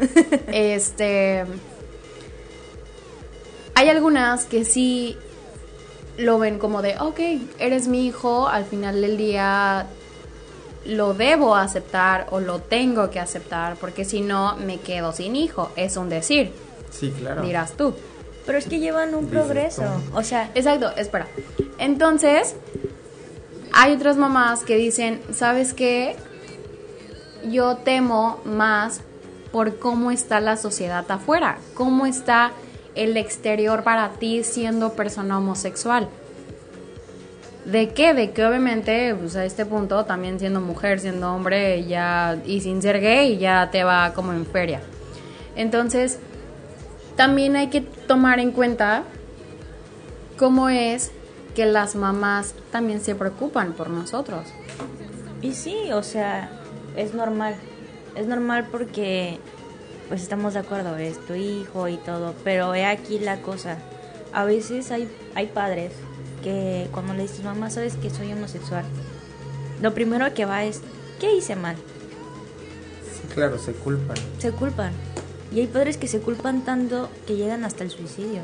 Hay algunas que sí lo ven como de, ok, eres mi hijo, al final del día lo debo aceptar o lo tengo que aceptar, porque si no me quedo sin hijo, es un decir, Sí, claro. dirás tú. Pero es que llevan un Dices progreso. tú. O sea, Exacto, espera. Entonces, hay otras mamás que dicen, ¿sabes qué? Yo temo más por cómo está la sociedad afuera, cómo está el exterior para ti siendo persona homosexual. ¿De qué? De que obviamente, pues a este punto, también siendo mujer, siendo hombre, ya, y sin ser gay, ya te va como en feria. Entonces, también hay que tomar en cuenta cómo es que las mamás también se preocupan por nosotros. y sí, o sea, es normal. Es normal porque, pues estamos de acuerdo, es tu hijo y todo. Pero he aquí la cosa. A veces hay padres que cuando le dices, mamá, ¿sabes que soy homosexual? Lo primero que va es, ¿qué hice mal? Sí, claro, se culpan. Se culpan. Y hay padres que se culpan tanto que llegan hasta el suicidio.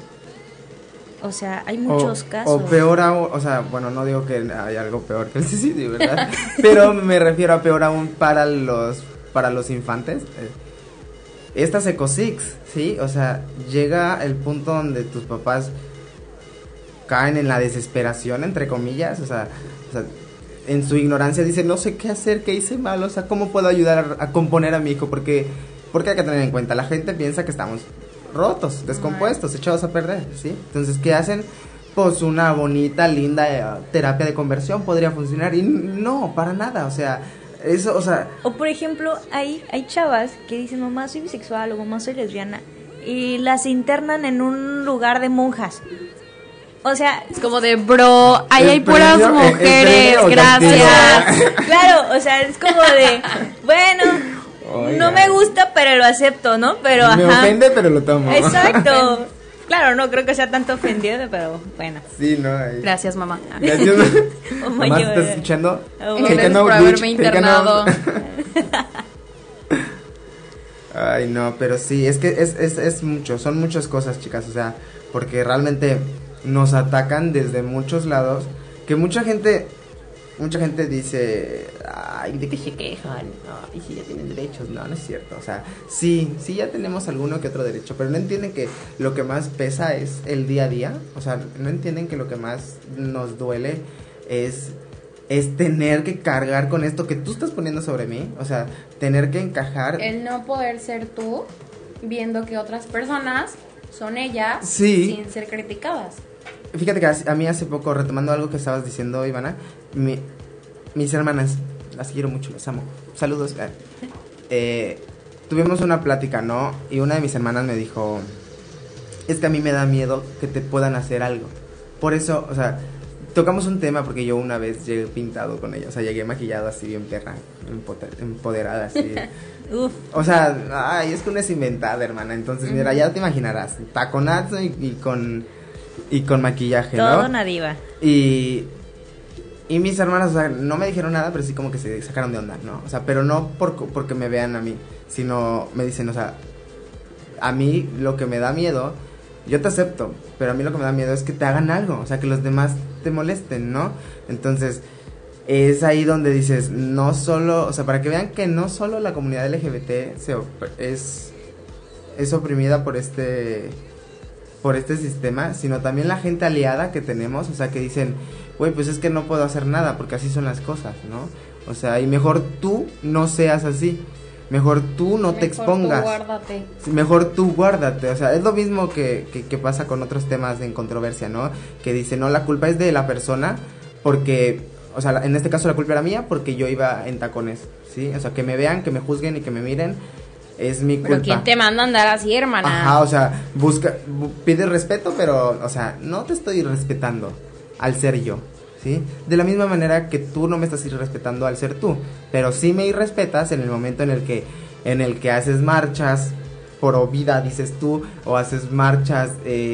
O sea, hay muchos casos. O peor aún, o sea, bueno, no digo que hay algo peor que el suicidio, ¿verdad? Pero me refiero a peor aún para los infantes. Esta Ecosix, ¿sí? O sea, llega el punto donde tus papás caen en la desesperación, entre comillas, o sea, en su ignorancia dicen, no sé qué hacer, qué hice mal, o sea, ¿cómo puedo ayudar a componer a mi hijo? Porque hay que tener en cuenta, la gente piensa que estamos rotos, descompuestos, echados a perder, ¿sí? Entonces, ¿qué hacen? Pues una bonita, linda terapia de conversión podría funcionar, y no, para nada, o sea, eso, o sea... O por ejemplo, hay chavas que dicen, mamá, soy bisexual o mamá, soy lesbiana, y las internan en un lugar de monjas. O sea, Es como de, bro, ahí hay ¿El puras premio? ¿El mujeres, premio o gracias. claro, o sea, es como de, bueno, Oiga. no me gusta, pero lo acepto, ¿no? Pero Me ajá. ofende, pero lo tomo. Exacto. Claro, no creo que sea tanto ofendido, pero bueno. Sí, no, ahí. Gracias, mamá. Gracias. Oh, Mamá, my ¿estás God. escuchando? Oh, Take Gracias a note, por haberme bitch, take a internado. note. Ay, no, pero sí, es que es mucho, son muchas cosas, chicas, o sea, porque realmente nos atacan desde muchos lados, que mucha gente dice, ay, ¿de qué se quejan? Ay, sí, ya tienen derechos. No, no es cierto, o sea, sí ya tenemos alguno que otro derecho, pero no entienden que lo que más pesa es el día a día, o sea, no entienden que lo que más nos duele es tener que cargar con esto que tú estás poniendo sobre mí, o sea, tener que encajar. El no poder ser tú, viendo que otras personas son ellas, Sí. sin ser criticadas. Fíjate que a mí hace poco, retomando algo que estabas diciendo, Ivana, mis hermanas, las quiero mucho, las amo, saludos. Tuvimos una plática, ¿no? Y una de mis hermanas me dijo, es que a mí me da miedo que te puedan hacer algo. Por eso, o sea, tocamos un tema porque yo una vez llegué pintado con ella, o sea, llegué maquillado así bien perra, empoderada así. Uf. O sea, ay, es que una es inventada, hermana, entonces mira, ya te imaginarás, taconazo y con maquillaje, ¿no? Todo una diva. Y mis hermanas, o sea, no me dijeron nada, pero sí como que se sacaron de onda, ¿no? O sea, pero no porque me vean a mí, sino me dicen, o sea, a mí lo que me da miedo, yo te acepto, pero a mí lo que me da miedo es que te hagan algo, o sea, que los demás te molesten, ¿no? Entonces, es ahí donde dices, no solo, o sea, para que vean que no solo la comunidad LGBT es oprimida por este sistema, sino también la gente aliada que tenemos, o sea, que dicen, güey, pues es que no puedo hacer nada porque así son las cosas, ¿no? O sea, y mejor tú no seas así, mejor tú no te expongas. Mejor tú guárdate. Mejor tú guárdate, o sea, es lo mismo que pasa con otros temas en controversia, ¿no? Que dicen, no, la culpa es de la persona porque, o sea, en este caso la culpa era mía porque yo iba en tacones, ¿sí? O sea, que me vean, que me juzguen y que me miren, es mi culpa. Pero ¿quién te manda a andar así, hermana? Ajá, o sea, pide respeto, pero, o sea, no te estoy respetando al ser yo. ¿sí? De la misma manera que tú no me estás irrespetando al ser tú, pero sí me irrespetas en el momento en el que haces marchas pro vida, dices tú, o haces marchas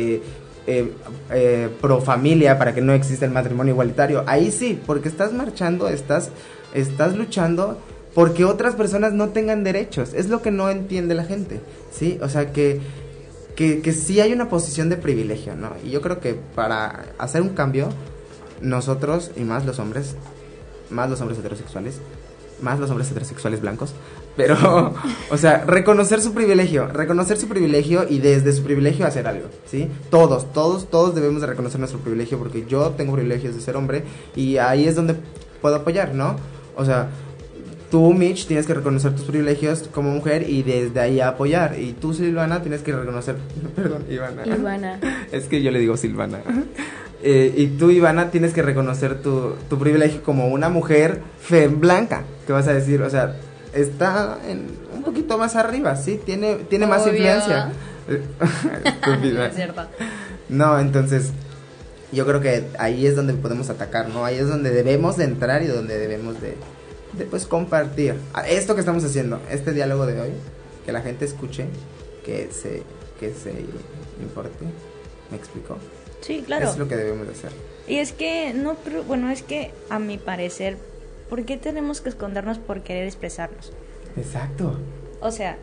pro familia para que no exista el matrimonio igualitario. Ahí sí, porque estás marchando, estás luchando porque otras personas no tengan derechos. Es lo que no entiende la gente, ¿sí? O sea, que sí hay una posición de privilegio, ¿no? Y yo creo que para hacer un cambio, nosotros, y más los hombres heterosexuales, más los hombres heterosexuales blancos, pero, o sea, reconocer su privilegio y desde su privilegio hacer algo, ¿sí? Todos debemos de reconocer nuestro privilegio, porque yo tengo privilegios de ser hombre y ahí es donde puedo apoyar, ¿no? O sea, tú, Mitch, tienes que reconocer tus privilegios como mujer y desde ahí apoyar. Y tú, Silvana, tienes que reconocer... Perdón, Ivana. Es que yo le digo Silvana. Y tú, Ivana, tienes que reconocer tu privilegio como una mujer blanca. ¿Qué vas a decir? O sea, está un poquito más arriba, ¿sí? Tiene más Obvio. influencia. No es cierto. No, entonces... yo creo que ahí es donde podemos atacar, ¿no? Ahí es donde debemos de entrar y donde debemos de pues compartir esto que estamos haciendo, este diálogo de hoy, que la gente escuche, que se importe. ¿Me explico? Sí, claro. Es lo que debemos de hacer. Y es que, no, pero, bueno, es que a mi parecer, ¿por qué tenemos que escondernos por querer expresarnos? Exacto. O sea,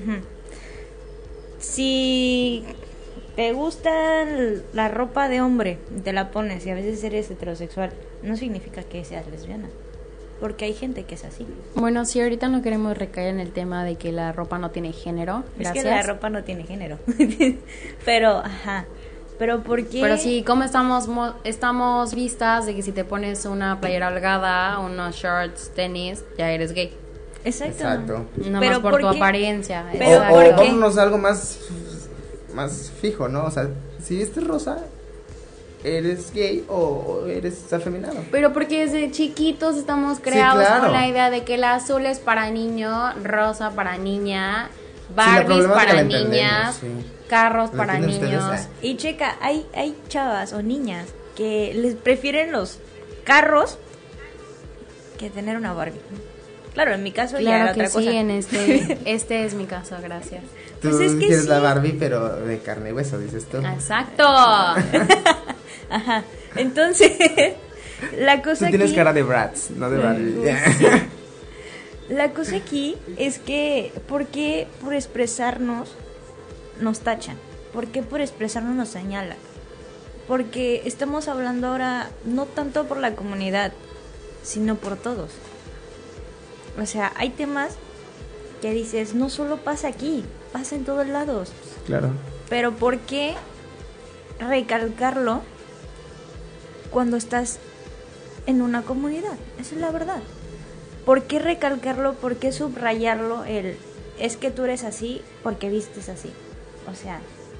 si te gusta la ropa de hombre, te la pones y a veces eres heterosexual, no significa que seas lesbiana. Porque hay gente que es así. Bueno, sí, ahorita no queremos recaer en el tema de que la ropa no tiene género. Gracias. Es que la ropa no tiene género. Pero, pero ¿por qué? Pero sí, ¿cómo estamos vistas de que si te pones una playera holgada, unos shorts, tenis, ya eres gay? Exacto. No pero más por tu qué? apariencia. Pero o ¿por qué? vámonos a algo más fijo, ¿no? O sea, si viste rosa, ¿eres gay o eres afeminado? Pero porque desde chiquitos estamos creados claro. con la idea de que el azul es para niño, rosa para niña, Sí, la Barbies problemática para la entendemos, niñas, sí. carros ¿Lo para entienden niños. ustedes? Y checa, hay chavas o niñas que les prefieren los carros que tener una Barbie. Claro, en mi caso ya Claro era que otra sí, cosa. en este es mi caso, gracias. Tú Pues es que quieres sí. la Barbie, pero de carne y hueso, dices tú. Exacto. Ajá. Entonces, la cosa Tú tienes aquí, cara de Bratz, no de Barbie. la cosa aquí es que ¿por qué por expresarnos nos tachan? ¿Por qué por expresarnos nos señalan? Porque estamos hablando ahora no tanto por la comunidad, sino por todos. O sea, hay temas que dices, no solo pasa aquí, pasa en todos lados. Claro. Pero ¿por qué recalcarlo cuando estás en una comunidad? Esa es la verdad. ¿Por qué recalcarlo? ¿Por qué subrayarlo? Es que tú eres así porque vistes así. O sea,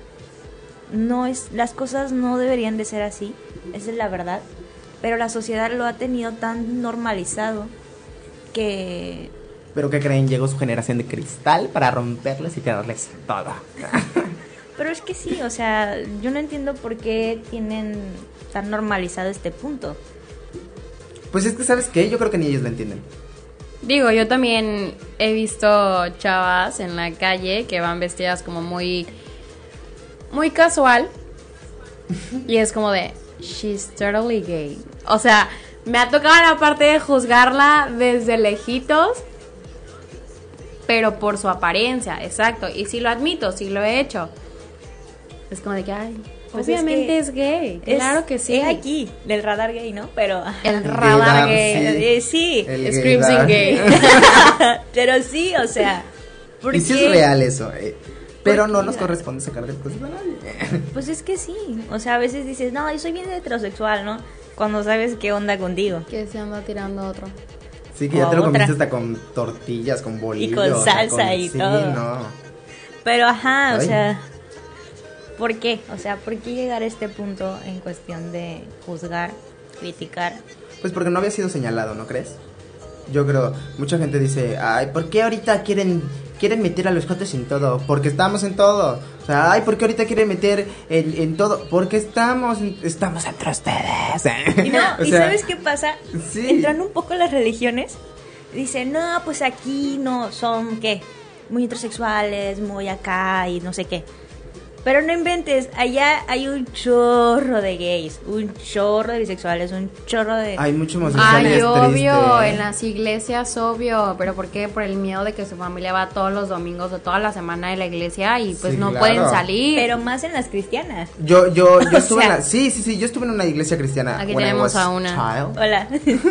las cosas no deberían de ser así. Esa es la verdad. Pero la sociedad lo ha tenido tan normalizado que... ¿Pero qué creen? Llegó su generación de cristal para romperles y tirarles todo. Pero es que sí, o sea, yo no entiendo por qué tienen tan normalizado este punto. Pues es que, ¿sabes qué? Yo creo que ni ellos lo entienden. Digo, yo también he visto chavas en la calle que van vestidas como muy casual y es como de she's totally gay. O sea, me ha tocado la parte de juzgarla desde lejitos, pero por su apariencia, exacto. Y sí lo admito, sí lo he hecho. Es como de que, ay, Pues obviamente es es gay. Claro que sí. Es aquí, del radar gay, ¿no? Pero... El radar gay. Sí. El Screaming gaydar. gay. Pero sí, o sea... ¿por Y sí qué? es real eso, pero no qué? nos corresponde sacar de cosas a nadie. Pues es que sí. O sea, a veces dices, no, yo soy bien heterosexual, ¿no? Cuando sabes qué onda contigo. Que se anda tirando otro. Sí, que ya te lo Otra. comiste hasta con tortillas, con bolillo. Y con o sea, salsa y todo. Sí, no. Pero ajá, o Ay. sea... ¿Por qué? O sea, ¿por qué llegar a este punto en cuestión de juzgar, criticar? Pues porque no había sido señalado, ¿no crees? mucha gente dice, ay, ¿por qué ahorita quieren meter a los jotos en todo? Porque estamos en todo. O sea, ay, ¿por qué ahorita quieren meter en todo? Porque estamos entre ustedes. Y no, O ¿y sea, sabes qué pasa? sí. Entrando un poco en las religiones, dicen, no, pues aquí no son, ¿qué? Muy heterosexuales, muy acá y no sé qué. Pero no inventes, allá hay un chorro de gays, un chorro de bisexuales, un chorro de... Hay mucho homosexual y Ay, es obvio, triste. en las iglesias, obvio. ¿Pero por qué? Por el miedo de que su familia va todos los domingos o toda la semana de la iglesia y pues Sí, no claro. pueden salir. Pero más en las cristianas. Yo estuve sea, en la, sí, yo estuve en una iglesia cristiana. Aquí when I tenemos was a una. child. Hola.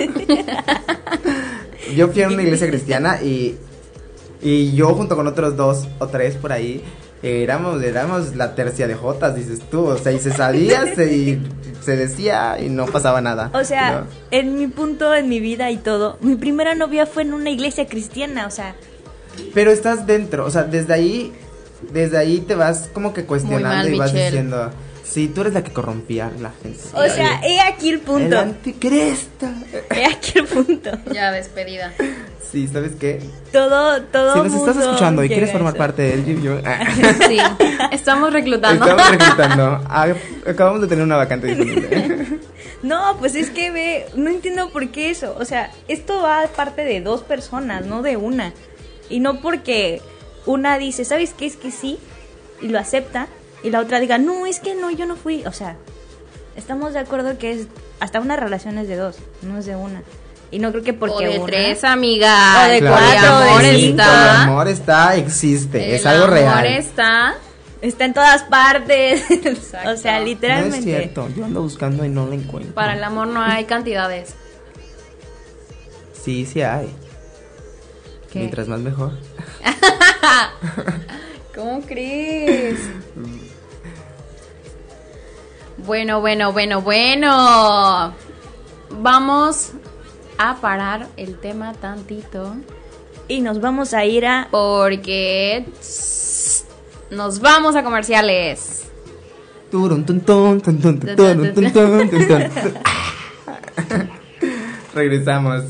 Yo fui a una iglesia cristiana y yo junto con otros 2 o 3 por ahí éramos la tercia de jotas, dices tú, o sea, y se sabía, se decía y no pasaba nada. O sea, ¿no? en mi punto, en mi vida y todo, mi primera novia fue en una iglesia cristiana, o sea, Pero estás dentro, o sea, desde ahí te vas como que cuestionando Muy mal, y vas Michelle. diciendo, sí, tú eres la que corrompía a la gente. o sea, he aquí el el punto, anticristo. he aquí el punto. Ya, despedida. Sí, ¿sabes qué? Todo Si nos estás mundo escuchando y llega quieres a formar eso. parte del Yu-Yu, Sí, estamos reclutando. estamos reclutando. Acabamos de tener una vacante disponible. No, pues es que ve, no entiendo por qué eso. O sea, esto va parte de 2 personas, no de una. Y no porque una dice, ¿sabes qué? Es que sí, y lo acepta, y la otra diga, no, es que no, yo no fui. O sea, estamos de acuerdo que es hasta una relación es de 2, no es de una. Y no creo que porque O de una... 3, amiga. O de Claro. 4, El amor de 5. El está. amor existe, es El algo amor real. está. Está en todas partes. Exacto. O sea, No literalmente. es cierto, yo ando buscando y no la encuentro. Para el amor no hay cantidades. Sí hay. ¿Qué? Mientras más mejor. ¿Cómo crees? Bueno. Vamos a parar el tema tantito Y nos vamos a ir a... porque nos vamos a comerciales. Turun, tun, tun, tun, tun, tun, tun, tun, tun, tun, tun. Regresamos.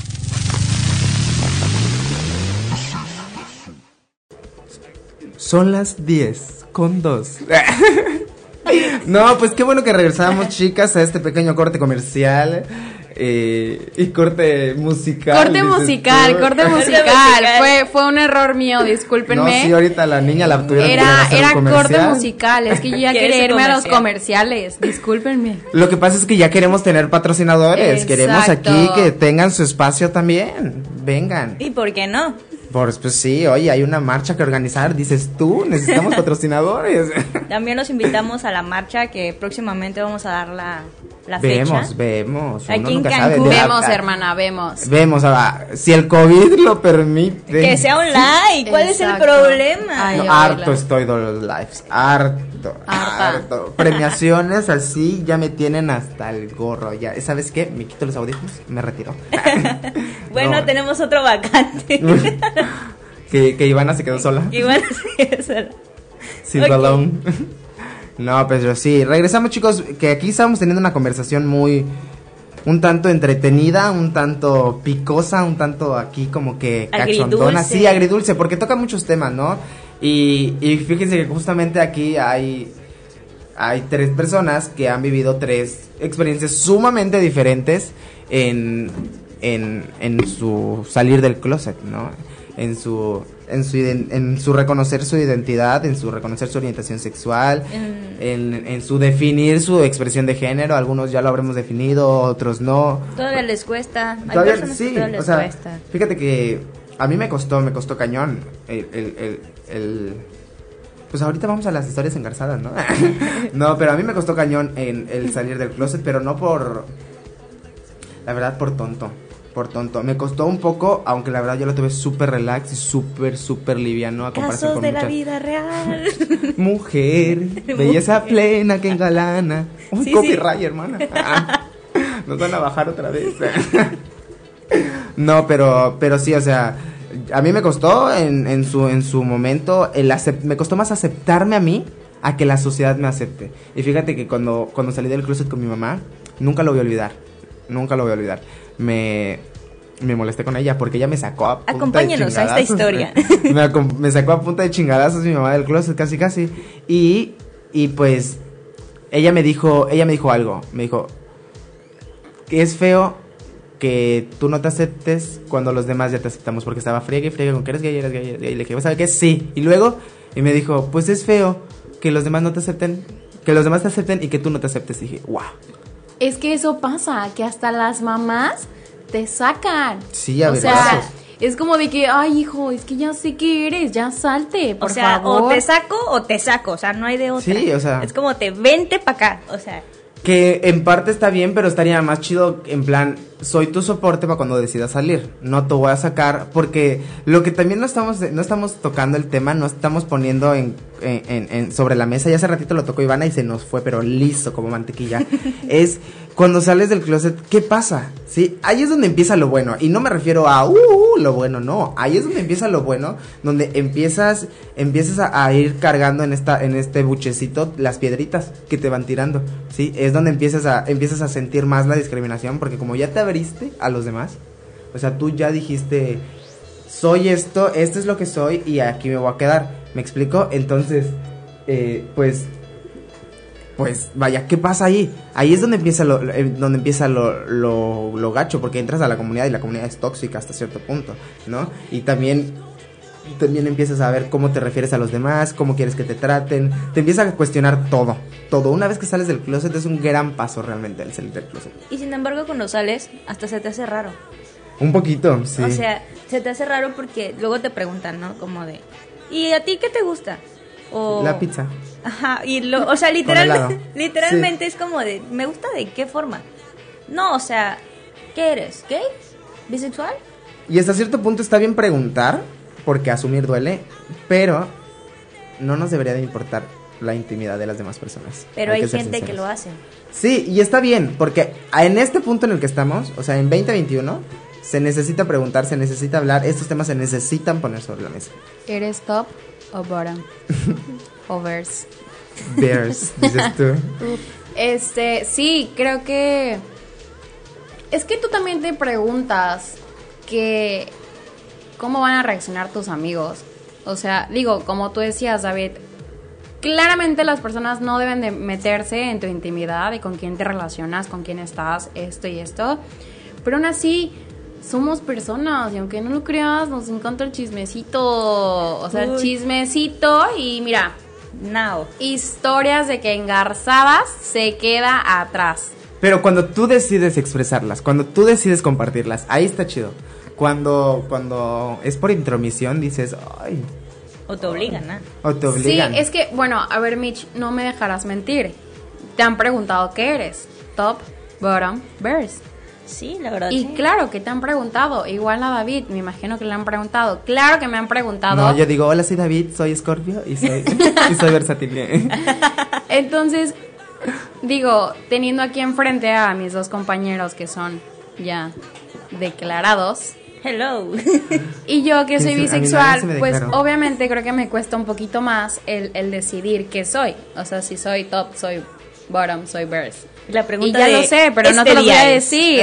Son las 10:02. No, pues qué bueno que regresamos, chicas, a este pequeño corte comercial y corte musical. Corte dices musical, tú. corte musical. Fue un error mío, No, discúlpenme. sí, ahorita la niña la tuvieron que Era hacer un corte comercial. musical, es que yo ya ¿Quieres quería un irme a los comercial? comerciales, discúlpenme. Lo que pasa es que ya queremos tener patrocinadores. Exacto. Queremos aquí que tengan su espacio también. Vengan. ¿Y por qué no? Pues sí, oye, hay una marcha que organizar. Dices tú, necesitamos patrocinadores. También los invitamos a la marcha que próximamente vamos a dar la fecha. Vemos. Aquí Uno en nunca Cancún. sabe. Vemos, hermana, vemos. Vemos, si el COVID lo permite. Que sea online. ¿Cuál es el Exacto. problema? Ay, No, oíla. harto estoy de los lives, harto. Premiaciones así ya me tienen hasta el gorro. Ya, ¿sabes qué? Me quito los audífonos, me retiro. Bueno, No. tenemos otro vacante. que Ivana se quedó sola. Igual sí, Sin Ok. balón. No, pero sí. Regresamos, chicos, que aquí estábamos teniendo una conversación un tanto entretenida, un tanto picosa, un tanto aquí como que cachondona. Agridulce. Sí, agridulce, porque toca muchos temas, ¿no? Y fíjense que justamente aquí hay 3 personas que han vivido 3 experiencias sumamente diferentes en su salir del closet, ¿no? En su reconocer su identidad, en su reconocer su orientación sexual, en su definir su expresión de género. Algunos ya lo habremos definido, otros no. Todavía les cuesta. Hay Todavía personas que sí, todavía les o sea, cuesta. fíjate que a mí me costó cañón pues ahorita vamos a las historias engarzadas, ¿no? No, pero a mí me costó cañón el salir del closet, pero no la verdad, por tonto. Me costó un poco, aunque la verdad yo lo tuve súper relax y súper liviano a comparación Casos con de la muchas. vida real. Mujer, belleza plena que engalana. Un Sí, copyright, hermana. Nos van a bajar otra vez. No, pero sí, o sea, a mí me costó en su momento me costó más aceptarme a mí a que la sociedad me acepte. Y fíjate que cuando salí del closet con mi mamá, nunca lo voy a olvidar. me molesté con ella porque ella me sacó a punta Acompáñenos de a esta chingadazos. historia. Me sacó a punta de chingadazos mi mamá del closet, casi. Y pues ella me dijo algo. Me dijo que es feo que tú no te aceptes cuando los demás ya te aceptamos, porque estaba friegue con que eres gay. Y le dije, ¿sabes qué? Sí. Y luego, y me dijo, pues es feo que los demás no te acepten, que los demás te acepten y que tú no te aceptes. Y dije, wow. Es que eso pasa, que hasta las mamás te sacan. Sí, a O ver, sea, brazos. es como de que, ay, hijo, es que ya sé que eres, ya salte, por O sea, favor. o te saco o te saco, o sea, no hay de otra. Sí, o sea. Es como vente para acá, o sea. Que en parte está bien, pero estaría más chido en plan, soy tu soporte para cuando decidas salir. No te voy a sacar, porque lo que también no estamos tocando el tema, no estamos poniendo en sobre la mesa. Ya hace ratito lo tocó Ivana y se nos fue, pero listo como mantequilla. Es cuando sales del closet, ¿qué pasa? ¿Sí? Ahí es donde empieza lo bueno. Y no me refiero a lo bueno, no. Ahí es donde empieza lo bueno, donde empiezas a ir cargando en este buchecito las piedritas que te van tirando. ¿Sí? Es donde empiezas a sentir más la discriminación, porque como ya te abriste a los demás, o sea, tú ya dijiste, soy esto es lo que soy y aquí me voy a quedar. ¿Me explico? Entonces, pues vaya, ¿qué pasa ahí? Ahí es donde empieza lo gacho, porque entras a la comunidad y la comunidad es tóxica hasta cierto punto, ¿no? Y también empiezas a ver cómo te refieres a los demás, cómo quieres que te traten, te empiezas a cuestionar todo. Una vez que sales del closet es un gran paso realmente el salir del closet. Y sin embargo, cuando sales, hasta se te hace raro. Un poquito, sí. O sea, se te hace raro porque luego te preguntan, ¿no? Como de, ¿y a ti qué te gusta? O la pizza. Ajá, o sea, literalmente es como de, ¿me gusta de qué forma? No, o sea, ¿qué eres? ¿Gay? ¿Bisexual? Y hasta cierto punto está bien preguntar, porque asumir duele, pero no nos debería de importar la intimidad de las demás personas. Pero hay que ser gente sinceros. que lo hace. Sí, y está bien, porque en este punto en el que estamos, o sea, en 2021, se necesita preguntar, se necesita hablar, estos temas se necesitan poner sobre la mesa. ¿Eres top o bottom? O verse. Bears, dices tú. Sí, creo que es que tú también te preguntas que cómo van a reaccionar tus amigos. O sea, digo, como tú decías, David, claramente las personas no deben de meterse en tu intimidad y con quién te relacionas, con quién estás, esto y esto. Pero aún así, somos personas y aunque no lo creas, nos encanta el chismecito. O sea, el chismecito y mira, Now. historias de que engarzadas se queda atrás. Pero cuando tú decides expresarlas, cuando tú decides compartirlas, ahí está chido. Cuando es por intromisión, dices, ay. O te obligan, ¿no? O te obligan. Sí, es que, bueno, a ver, Mitch, no me dejarás mentir. Te han preguntado qué eres. Top, bottom, verse. Sí, la verdad. Y sí. claro que te han preguntado. Igual a David, me imagino que le han preguntado. Claro que me han preguntado. No, yo digo, hola, soy David, soy Scorpio y soy versátil. Entonces, digo, teniendo aquí enfrente a mis dos compañeros que son ya declarados, Hello. y yo que soy Sí, a mí nadie bisexual, se me pues declaró. obviamente creo que me cuesta un poquito más el decidir qué soy. O sea, si soy top, soy bottom, soy verse. La Y pregunta ya de lo sé, pero no este te lo voy día a es. decir.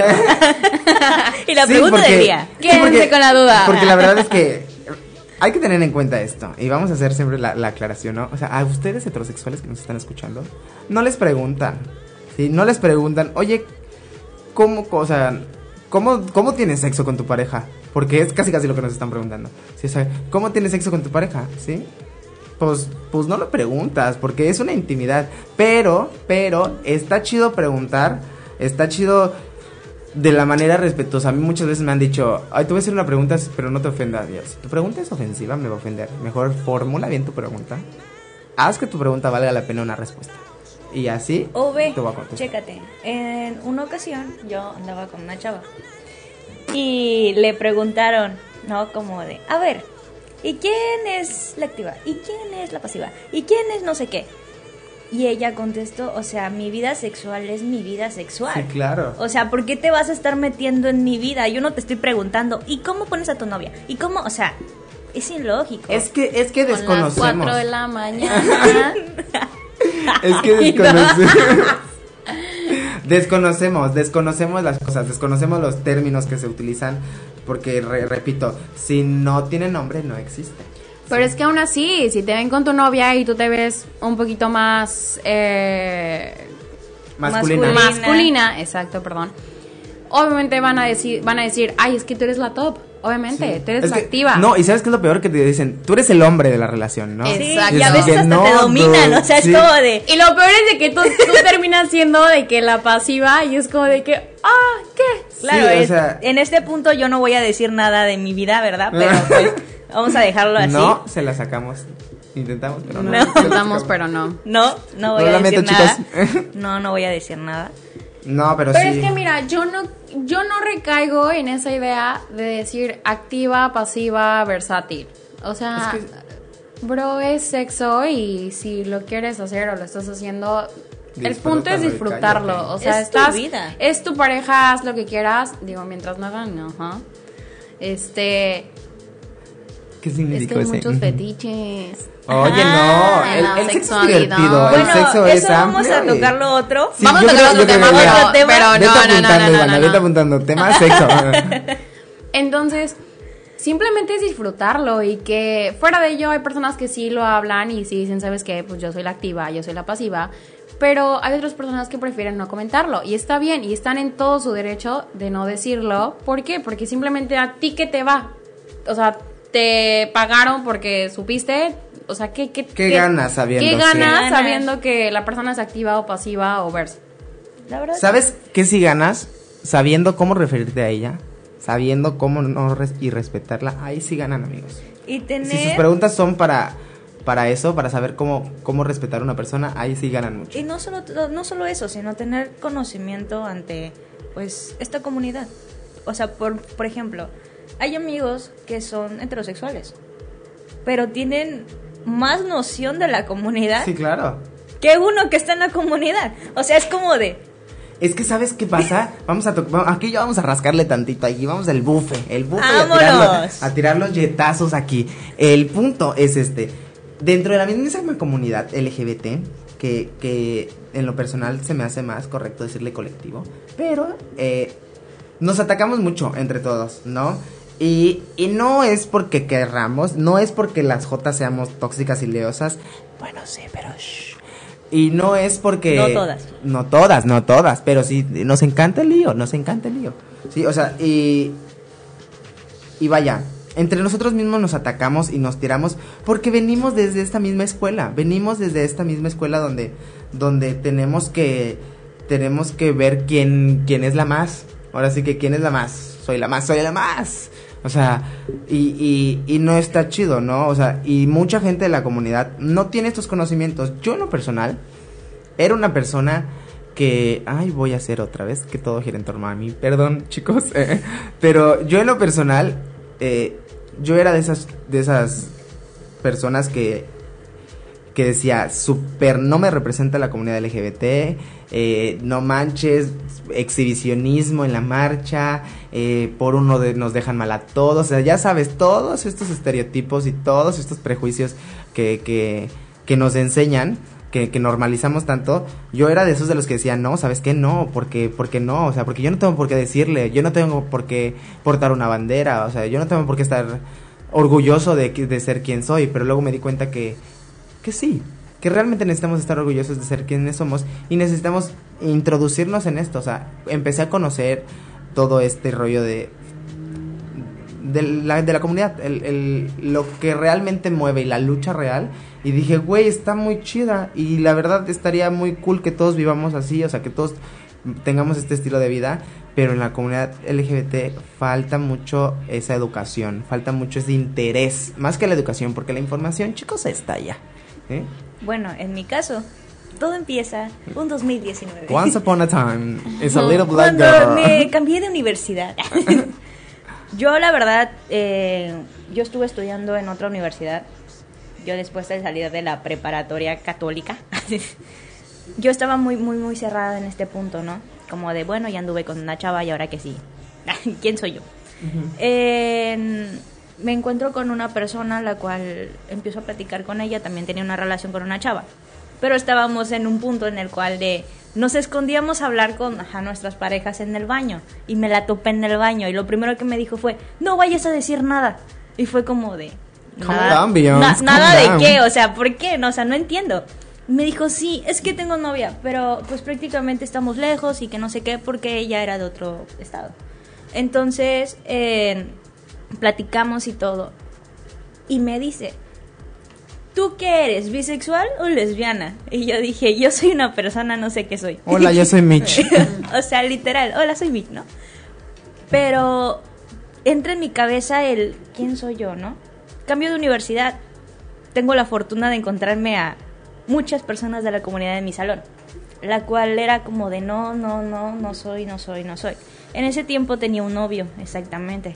Y la Sí, pregunta porque- del día. Quédense con la duda. Porque la verdad es que hay que tener en cuenta esto. Y vamos a hacer siempre la aclaración, ¿no? O sea, a ustedes heterosexuales que nos están escuchando, no les preguntan. ¿Sí? No les preguntan, oye, ¿cómo tienes sexo con tu pareja? Porque es casi lo que nos están preguntando. ¿Sí? O sea, ¿cómo tienes sexo con tu pareja? ¿Sí? Pues no lo preguntas, porque es una intimidad. Pero, está chido preguntar, está chido de la manera respetuosa. A mí muchas veces me han dicho, ay, te voy a hacer una pregunta, pero no te ofendas. Dios, si tu pregunta es ofensiva, me va a ofender. Mejor formula bien tu pregunta. Haz que tu pregunta valga la pena una respuesta. Y así O ve, te voy a contestar. chécate. En una ocasión yo andaba con una chava y le preguntaron, ¿no? Como de, a ver, ¿y quién es la activa? ¿Y quién es la pasiva? ¿Y quién es no sé qué? Y ella contestó, o sea, mi vida sexual es mi vida sexual. Sí, claro. O sea, ¿por qué te vas a estar metiendo en mi vida? Yo no te estoy preguntando, ¿y cómo pones a tu novia? ¿Y cómo? O sea, es ilógico. Es que Son las desconocemos. 4 de la mañana. Es que desconocemos. desconocemos las cosas, desconocemos los términos que se utilizan, porque repito, si no tiene nombre no existe. Pero es que aún así, si te ven con tu novia y tú te ves un poquito más masculina, exacto, perdón. Obviamente van a decir, ay, es que tú eres la top. Obviamente, sí. Tú eres la activa. No, y ¿sabes qué es lo peor? Que te dicen, tú eres el hombre de la relación, ¿no? Exacto. Y a veces hasta te dominan, o sea, es como de... Y lo peor es de que tú terminas siendo de que la pasiva y es como de que, ¿qué? Claro, sí, o sea, en este punto yo no voy a decir nada de mi vida, ¿verdad? Pero pues vamos a dejarlo así. No, se la sacamos. Intentamos, pero no. Intentamos, pero no. No voy a decir nada. No voy a decir nada. No, pero sí. Pero es que mira, yo no recaigo en esa idea de decir activa, pasiva, versátil. O sea, bro, es sexo y si lo quieres hacer o lo estás haciendo, el punto es disfrutarlo. O sea, tu vida. Es tu pareja, haz lo que quieras. Digo, mientras no hagan, ajá. ¿Qué significa es que hay muchos fetiches. Oye, no, el sexo es divertido. Bueno, el sexo es eso vamos a tocarlo otro. Sí, vamos a tocar otro tema, pero no. Vete apuntando, tema sexo. Entonces, simplemente es disfrutarlo y que fuera de ello hay personas que sí lo hablan y sí dicen, ¿sabes qué? Pues yo soy la activa, yo soy la pasiva. Pero hay otras personas que prefieren no comentarlo y está bien y están en todo su derecho de no decirlo. ¿Por qué? Porque simplemente a ti ¿qué te va? O sea, te pagaron porque supiste. O sea, ¿qué ganas sabiendo? ¿Qué ganas sabiendo que la persona es activa o pasiva o versa? La verdad. ¿Sabes qué si ganas? Sabiendo cómo referirte a ella, sabiendo cómo no y respetarla, ahí sí ganan, amigos. Y tener... Si sus preguntas son para eso, para saber cómo respetar a una persona, ahí sí ganan mucho. Y no solo eso, sino tener conocimiento ante, pues, esta comunidad. O sea, por ejemplo, hay amigos que son heterosexuales, pero tienen más noción de la comunidad. Sí, claro. Que uno que está en la comunidad. O sea, es como de... Es que ¿sabes qué pasa? Aquí ya vamos a rascarle tantito aquí, vamos al buffet a tirar los yetazos aquí. El punto es dentro de la misma comunidad LGBT, que en lo personal se me hace más correcto decirle colectivo, pero nos atacamos mucho entre todos, ¿no? Y no es porque querramos, no es porque las jotas seamos tóxicas y leosas. Bueno, sí, pero y no es porque... No todas, pero sí, nos encanta el lío. Sí, o sea, y vaya, entre nosotros mismos nos atacamos y nos tiramos porque venimos desde esta misma escuela. Donde tenemos que ver quién es la más. Ahora sí que quién es la más. Soy la más. O sea, y no está chido, ¿no? O sea, y mucha gente de la comunidad no tiene estos conocimientos. Yo en lo personal era una persona que... Ay, voy a hacer otra vez que todo gira en torno a mí. Perdón, chicos. Pero yo en lo personal, yo era de esas personas que decía, súper no me representa la comunidad LGBT, no manches, exhibicionismo en la marcha, por uno nos dejan mal a todos, o sea, ya sabes, todos estos estereotipos y todos estos prejuicios que nos enseñan, que normalizamos tanto. Yo era de esos de los que decían, no, ¿sabes qué? No, porque no, o sea, porque yo no tengo por qué decirle, yo no tengo por qué portar una bandera, o sea, yo no tengo por qué estar orgulloso de ser quien soy, pero luego me di cuenta que sí, que realmente necesitamos estar orgullosos de ser quienes somos y necesitamos introducirnos en esto. O sea, empecé a conocer todo este rollo de la comunidad, lo que realmente mueve y la lucha real, y dije, güey, está muy chida y la verdad estaría muy cool que todos vivamos así, o sea, que todos tengamos este estilo de vida, pero en la comunidad LGBT falta mucho esa educación, falta mucho ese interés, más que la educación, porque la información, chicos, está ya. Bueno, en mi caso, todo empieza un 2019. Once upon a time, it's a little black cuando girl. me cambié de universidad. Yo, la verdad, yo estuve estudiando en otra universidad. Yo después de salir de la preparatoria católica, yo estaba muy, muy, muy cerrada en este punto, ¿no? Como de, bueno, ya anduve con una chava y ahora que sí. ¿Quién soy yo? Me encuentro con una persona la cual empiezo a platicar con ella, también tenía una relación con una chava, pero estábamos en un punto en el cual de nos escondíamos a hablar con nuestras parejas en el baño. Y me la topé en el baño. Y lo primero que me dijo fue, no vayas a decir nada. Y fue como de... Calm down, Beyoncé, nada calm de down. qué, o sea, ¿por qué? No, o sea, no entiendo. Me dijo, sí, es que tengo novia, pero pues prácticamente estamos lejos y que no sé qué, porque ella era de otro estado. Entonces, platicamos y todo. Y me dice, ¿tú qué eres? ¿Bisexual o lesbiana? Y yo dije, yo soy una persona, no sé qué soy. Hola, yo soy Mitch. O sea, literal, hola, soy Mitch, ¿no? Pero entra en mi cabeza el, ¿quién soy yo, no? Cambio de universidad. Tengo la fortuna de encontrarme a muchas personas de la comunidad de mi salón, la cual era como de no soy. En ese tiempo tenía un novio, exactamente.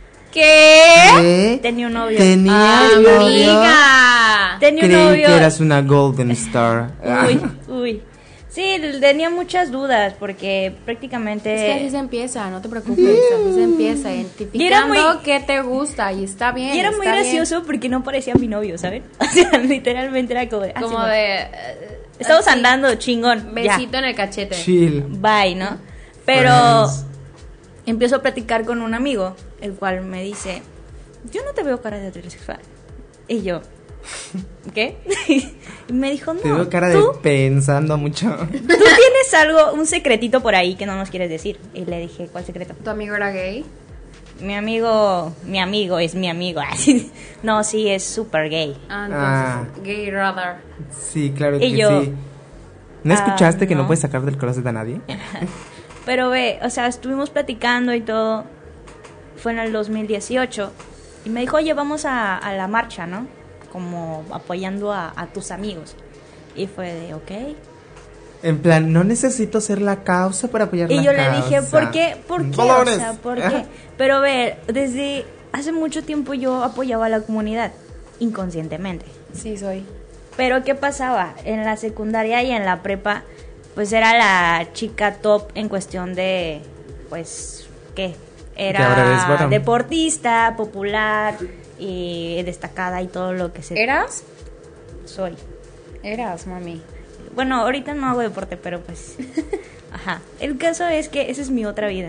¿Qué? Tenía un novio. ¿Tenía novio? ¡Amiga! Tenía un Creí novio. que eras una golden star. Uy. Sí, tenía muchas dudas porque prácticamente... Es que así se empieza, no te preocupes, así se empieza, Y era muy- identificando qué te gusta y está bien. Y era muy está bien. gracioso porque no parecía mi novio, ¿saben? O sea, literalmente era como de... ah, Como sí, de... estamos así, andando chingón. besito en el cachete. Chill. Bye, ¿no? Pero Friends. empiezo a platicar con un amigo, el cual me dice, yo no te veo cara de heterosexual. Y yo, ¿qué? Y me dijo, no, Te veo cara de ¿tú pensando mucho. tienes algo, un secretito por ahí que no nos quieres decir. Y le dije, ¿cuál secreto? ¿Tu amigo era gay? Mi amigo es mi amigo. Así. No, sí, es súper gay. Entonces, gay rather. Sí, claro Y que yo, sí. ¿No escuchaste que no no. puedes sacar del closet a nadie? Pero ve, o sea, estuvimos platicando y todo. Fue en el 2018. Y me dijo, oye, vamos a la marcha, ¿no? Como apoyando a tus amigos. Y fue de, ok. En plan, no necesito ser la causa para apoyar Y la yo causa. le dije, ¿por qué? ¿Por qué? Valores. O sea, ¿por qué? Pero ve, desde hace mucho tiempo yo apoyaba a la comunidad, inconscientemente. Sí, soy. Pero ¿qué pasaba? En la secundaria y en la prepa, pues era la chica top en cuestión de, pues, ¿qué? Que ahora eres Era bottom. deportista, popular y destacada y todo lo que se... ¿Eras? Soy. Eras, mami. Bueno, ahorita no hago deporte, pero pues... Ajá. El caso es que esa es mi otra vida.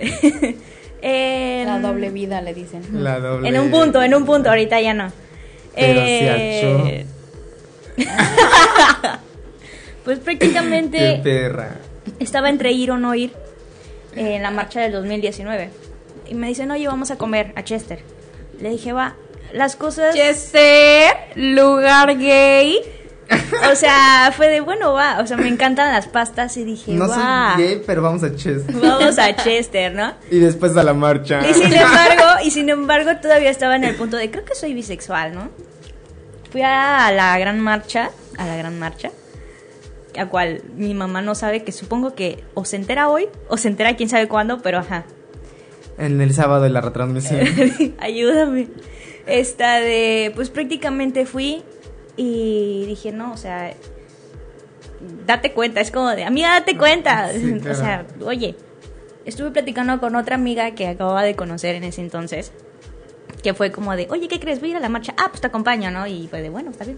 La doble vida, le dicen. La doble. En un punto, ahorita ya no. Pero se Pues Qué prácticamente perra. estaba entre ir o no ir en la marcha del 2019. Y me dicen, oye, vamos a comer a Chester. Le dije, va, las cosas... Chester, lugar gay. O sea, fue de, bueno, va. O sea, me encantan las pastas y dije, No va, soy gay, pero vamos a Chester. vamos a Chester, ¿no? Y después a la marcha. Y sin embargo, todavía estaba en el punto de, creo que soy bisexual, ¿no? Fui a la gran marcha, a cual mi mamá no sabe, que supongo que o se entera hoy, o se entera quién sabe cuándo, pero ajá. En el sábado de la retransmisión. Ayúdame. Pues prácticamente fui y dije, no, o sea, date cuenta, es como de, amiga, date cuenta. Sí, claro. O sea, oye, estuve platicando con otra amiga que acababa de conocer en ese entonces, que fue como de, oye, ¿qué crees? Voy a ir a la marcha. Ah, pues te acompaño, ¿no? Y fue de, bueno, está bien.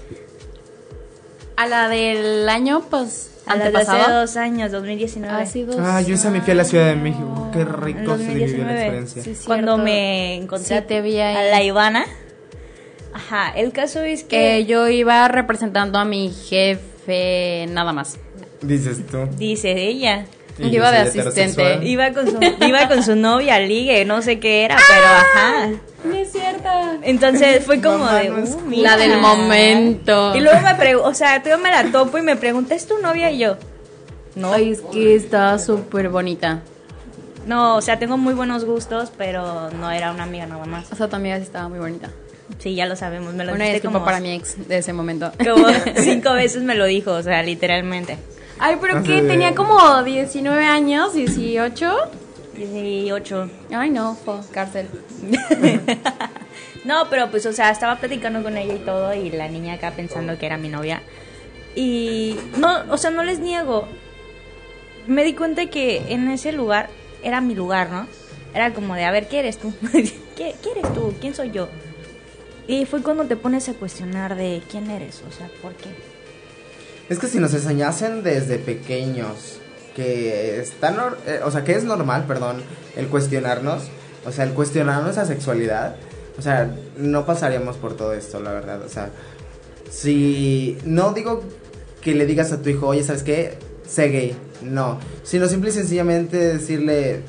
A la del año, pues, A la de hace antepasado. 2 años, 2019. Hace 2 Ah, yo esa me fui a la Ciudad de México. Qué En rico se vivió la 2019. experiencia. Sí, sí. Cuando Cierto. me encontré Sí, te vi ahí. a la Ivana. Ajá, el caso es Que que yo iba representando a mi jefe, nada más. Dices tú. dice ella, Y Iba yo de soy asistente. heterosexual. iba con su novia, ligue, no sé qué era, pero ajá. No es cierto. Entonces fue como Mamá, de, no es mira. La del momento. Y luego me preguntó, o sea, yo me la topo y me pregunta, ¿es tu novia? Y yo, no, Ay, es que está súper bonita. no, o sea, tengo muy buenos gustos, pero no era una amiga nada más. O sea, tu amiga sí estaba muy bonita. Sí, ya lo sabemos, me lo Una dijiste disculpa como, para mi ex de ese momento. como 5 veces me lo dijo, o sea, literalmente. Ay, pero Así que de- tenía como 19 años, 18. 18. Ay, no, fue cárcel. No, pero pues, o sea, estaba platicando con ella y todo, y la niña acá pensando que era mi novia. Y no, o sea, no les niego. Me di cuenta que en ese lugar era mi lugar, ¿no? Era como de, a ver, ¿qué eres tú? ¿Qué eres tú? ¿Quién soy yo? Y fue cuando te pones a cuestionar de quién eres, o sea, ¿por qué? Es que si nos enseñasen desde pequeños que o sea, que es normal, perdón, el cuestionarnos, o sea, el cuestionar nuestra sexualidad, o sea, no pasaríamos por todo esto, la verdad, o sea, si no digo que le digas a tu hijo, oye, ¿sabes qué? Sé gay, no, sino simple y sencillamente decirle,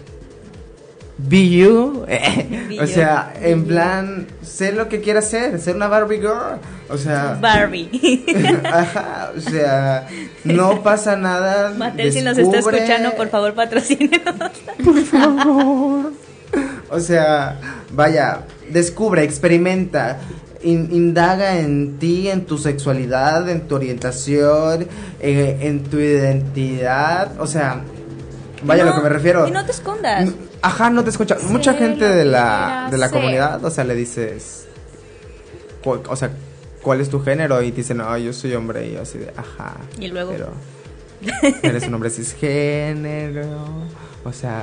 be you, o sea, en plan, sé lo que quieras ser una Barbie girl, o sea, Barbie. ajá, o sea, no pasa nada. Mattel, si nos está escuchando, por favor, patrocínenos. Por favor. O sea, vaya, descubre, experimenta, indaga en ti, en tu sexualidad, en tu orientación, en tu identidad, o sea, vaya, No, a lo que me refiero. Y no te escondas. Ajá, no te escucha. Sé Mucha gente lo de que la quieras comunidad, o sea, le dices, o sea, ¿cuál es tu género? Y te dicen, no, yo soy hombre, y yo así de, ajá. Y luego, Pero eres un hombre cisgénero, o sea,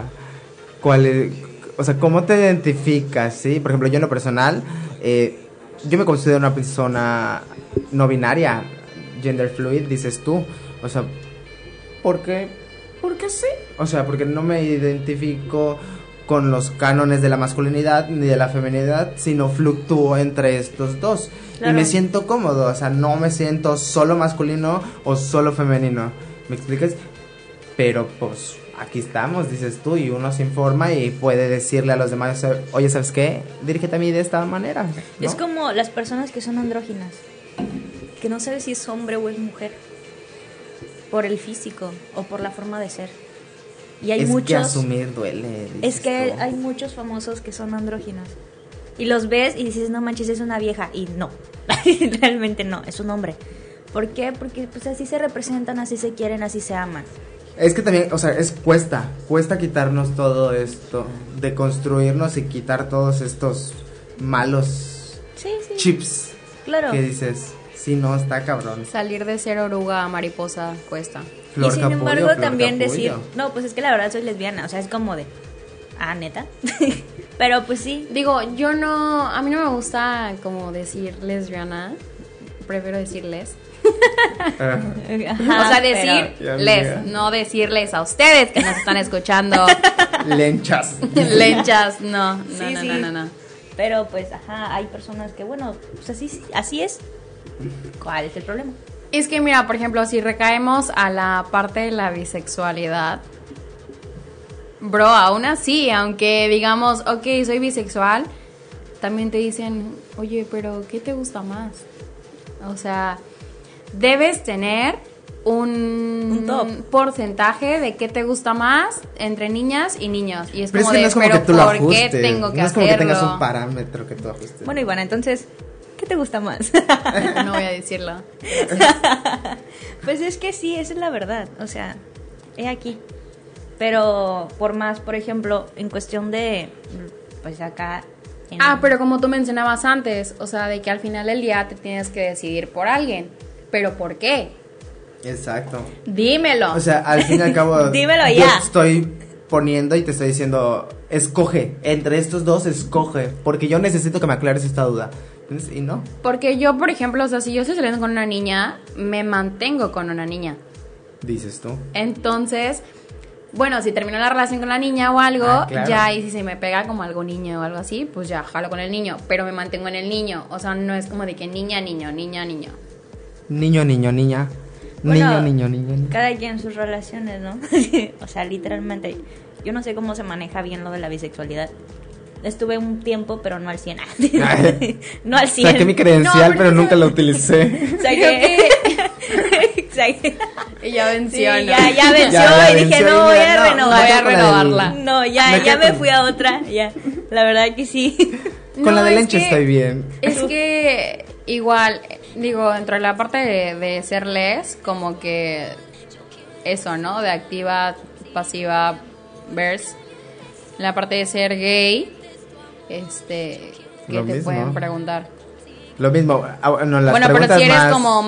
o sea, ¿cómo te identificas, sí? Por ejemplo, yo en lo personal, yo me considero una persona no binaria, gender fluid, dices tú, o sea, ¿por qué? Porque sí, o sea, porque no me identifico con los cánones de la masculinidad ni de la feminidad, sino fluctúo entre estos dos. Claro. Y me siento cómodo, o sea, no me siento solo masculino o solo femenino. ¿Me explicas? Pero pues aquí estamos, dices tú, y uno se informa y puede decirle a los demás, oye, ¿sabes qué? Dirígete a mí de esta manera, ¿no? es como las personas que son andróginas, que no sabes si es hombre o es mujer, por el físico o por la forma de ser. Y hay es muchos... que asumir duele. Es que tú. hay muchos famosos que son andróginos. Y los ves y dices, no manches, es una vieja. Y no, realmente no, es un hombre. ¿Por qué? Porque pues así se representan, así se quieren, así se aman. Es que también, o sea, cuesta quitarnos todo esto, de construirnos y quitar todos estos malos Sí, sí. chips Claro. que dices, sí, no, está cabrón. Salir de ser oruga a mariposa cuesta. Flor y sin capullo, embargo flor también capullo. decir, no, pues es que la verdad soy lesbiana, o sea, es como de, ah, ¿neta? Pero pues sí. Digo, a mí no me gusta como decir lesbiana, prefiero decirles. Ah, O sea, decir Ya, les, amiga. no decirles a ustedes que nos están escuchando. lenchas. Lenchas, no, Sí, sí. no. Pero pues, ajá, hay personas que, bueno, pues así es. ¿Cuál es el problema? Es que mira, por ejemplo, si recaemos a la parte de la bisexualidad, bro, aún así, aunque digamos, ok, soy bisexual, también te dicen, oye, pero ¿qué te gusta más? O sea, debes tener un top porcentaje de qué te gusta más entre niñas y niños. Y es Pero es como que de, no es como pero que tú lo ¿por qué ajustes. tengo que no es como que tengas hacerlo? un parámetro que tú ajustes. Bueno, Ivana, entonces, ¿qué te gusta más? No voy a decirlo. Pues es que sí, esa es la verdad. O sea, he aquí. Pero por más, por ejemplo, en cuestión de, pues acá... Pero como tú mencionabas antes, o sea, de que al final del día te tienes que decidir por alguien. ¿Pero por qué? Exacto. Dímelo. O sea, al fin y al cabo, Dímelo yo ya. te estoy poniendo y te estoy diciendo, escoge, entre estos dos escoge, porque yo necesito que me aclares esta duda. Entonces, y no. Porque yo, por ejemplo, o sea, si yo estoy saliendo con una niña, me mantengo con una niña. Dices tú. Entonces, bueno, si termino la relación con la niña o algo, Claro. ya, y si se me pega como algo niño o algo así, pues ya, jalo con el niño, pero me mantengo en el niño. O sea, no es como de que niña, niño, niña, niño. Niño, niño, niña. Bueno, niño, niña. Cada quien sus relaciones, ¿no? O sea, literalmente, yo no sé cómo se maneja bien lo de la bisexualidad. Estuve un tiempo, pero no al 100. No al 100. Saqué mi credencial, No, pero nunca la utilicé. Saqué. Saqué. Y ya Sí, venció, ¿no? ya venció Ya y dije, venció, no, voy mira, a no, renovar. voy a con la renovarla. del- No, ya Me quedo me con- fui a otra, ya. La verdad que sí. Con la de es Lencha que- estoy bien. Es que igual, digo, dentro de la parte de ser les, como que eso, ¿no? De activa, pasiva, verse. La parte de ser gay, ¿qué Lo te mismo. pueden preguntar? Lo mismo. No, las Bueno, pero preguntas si eres más- como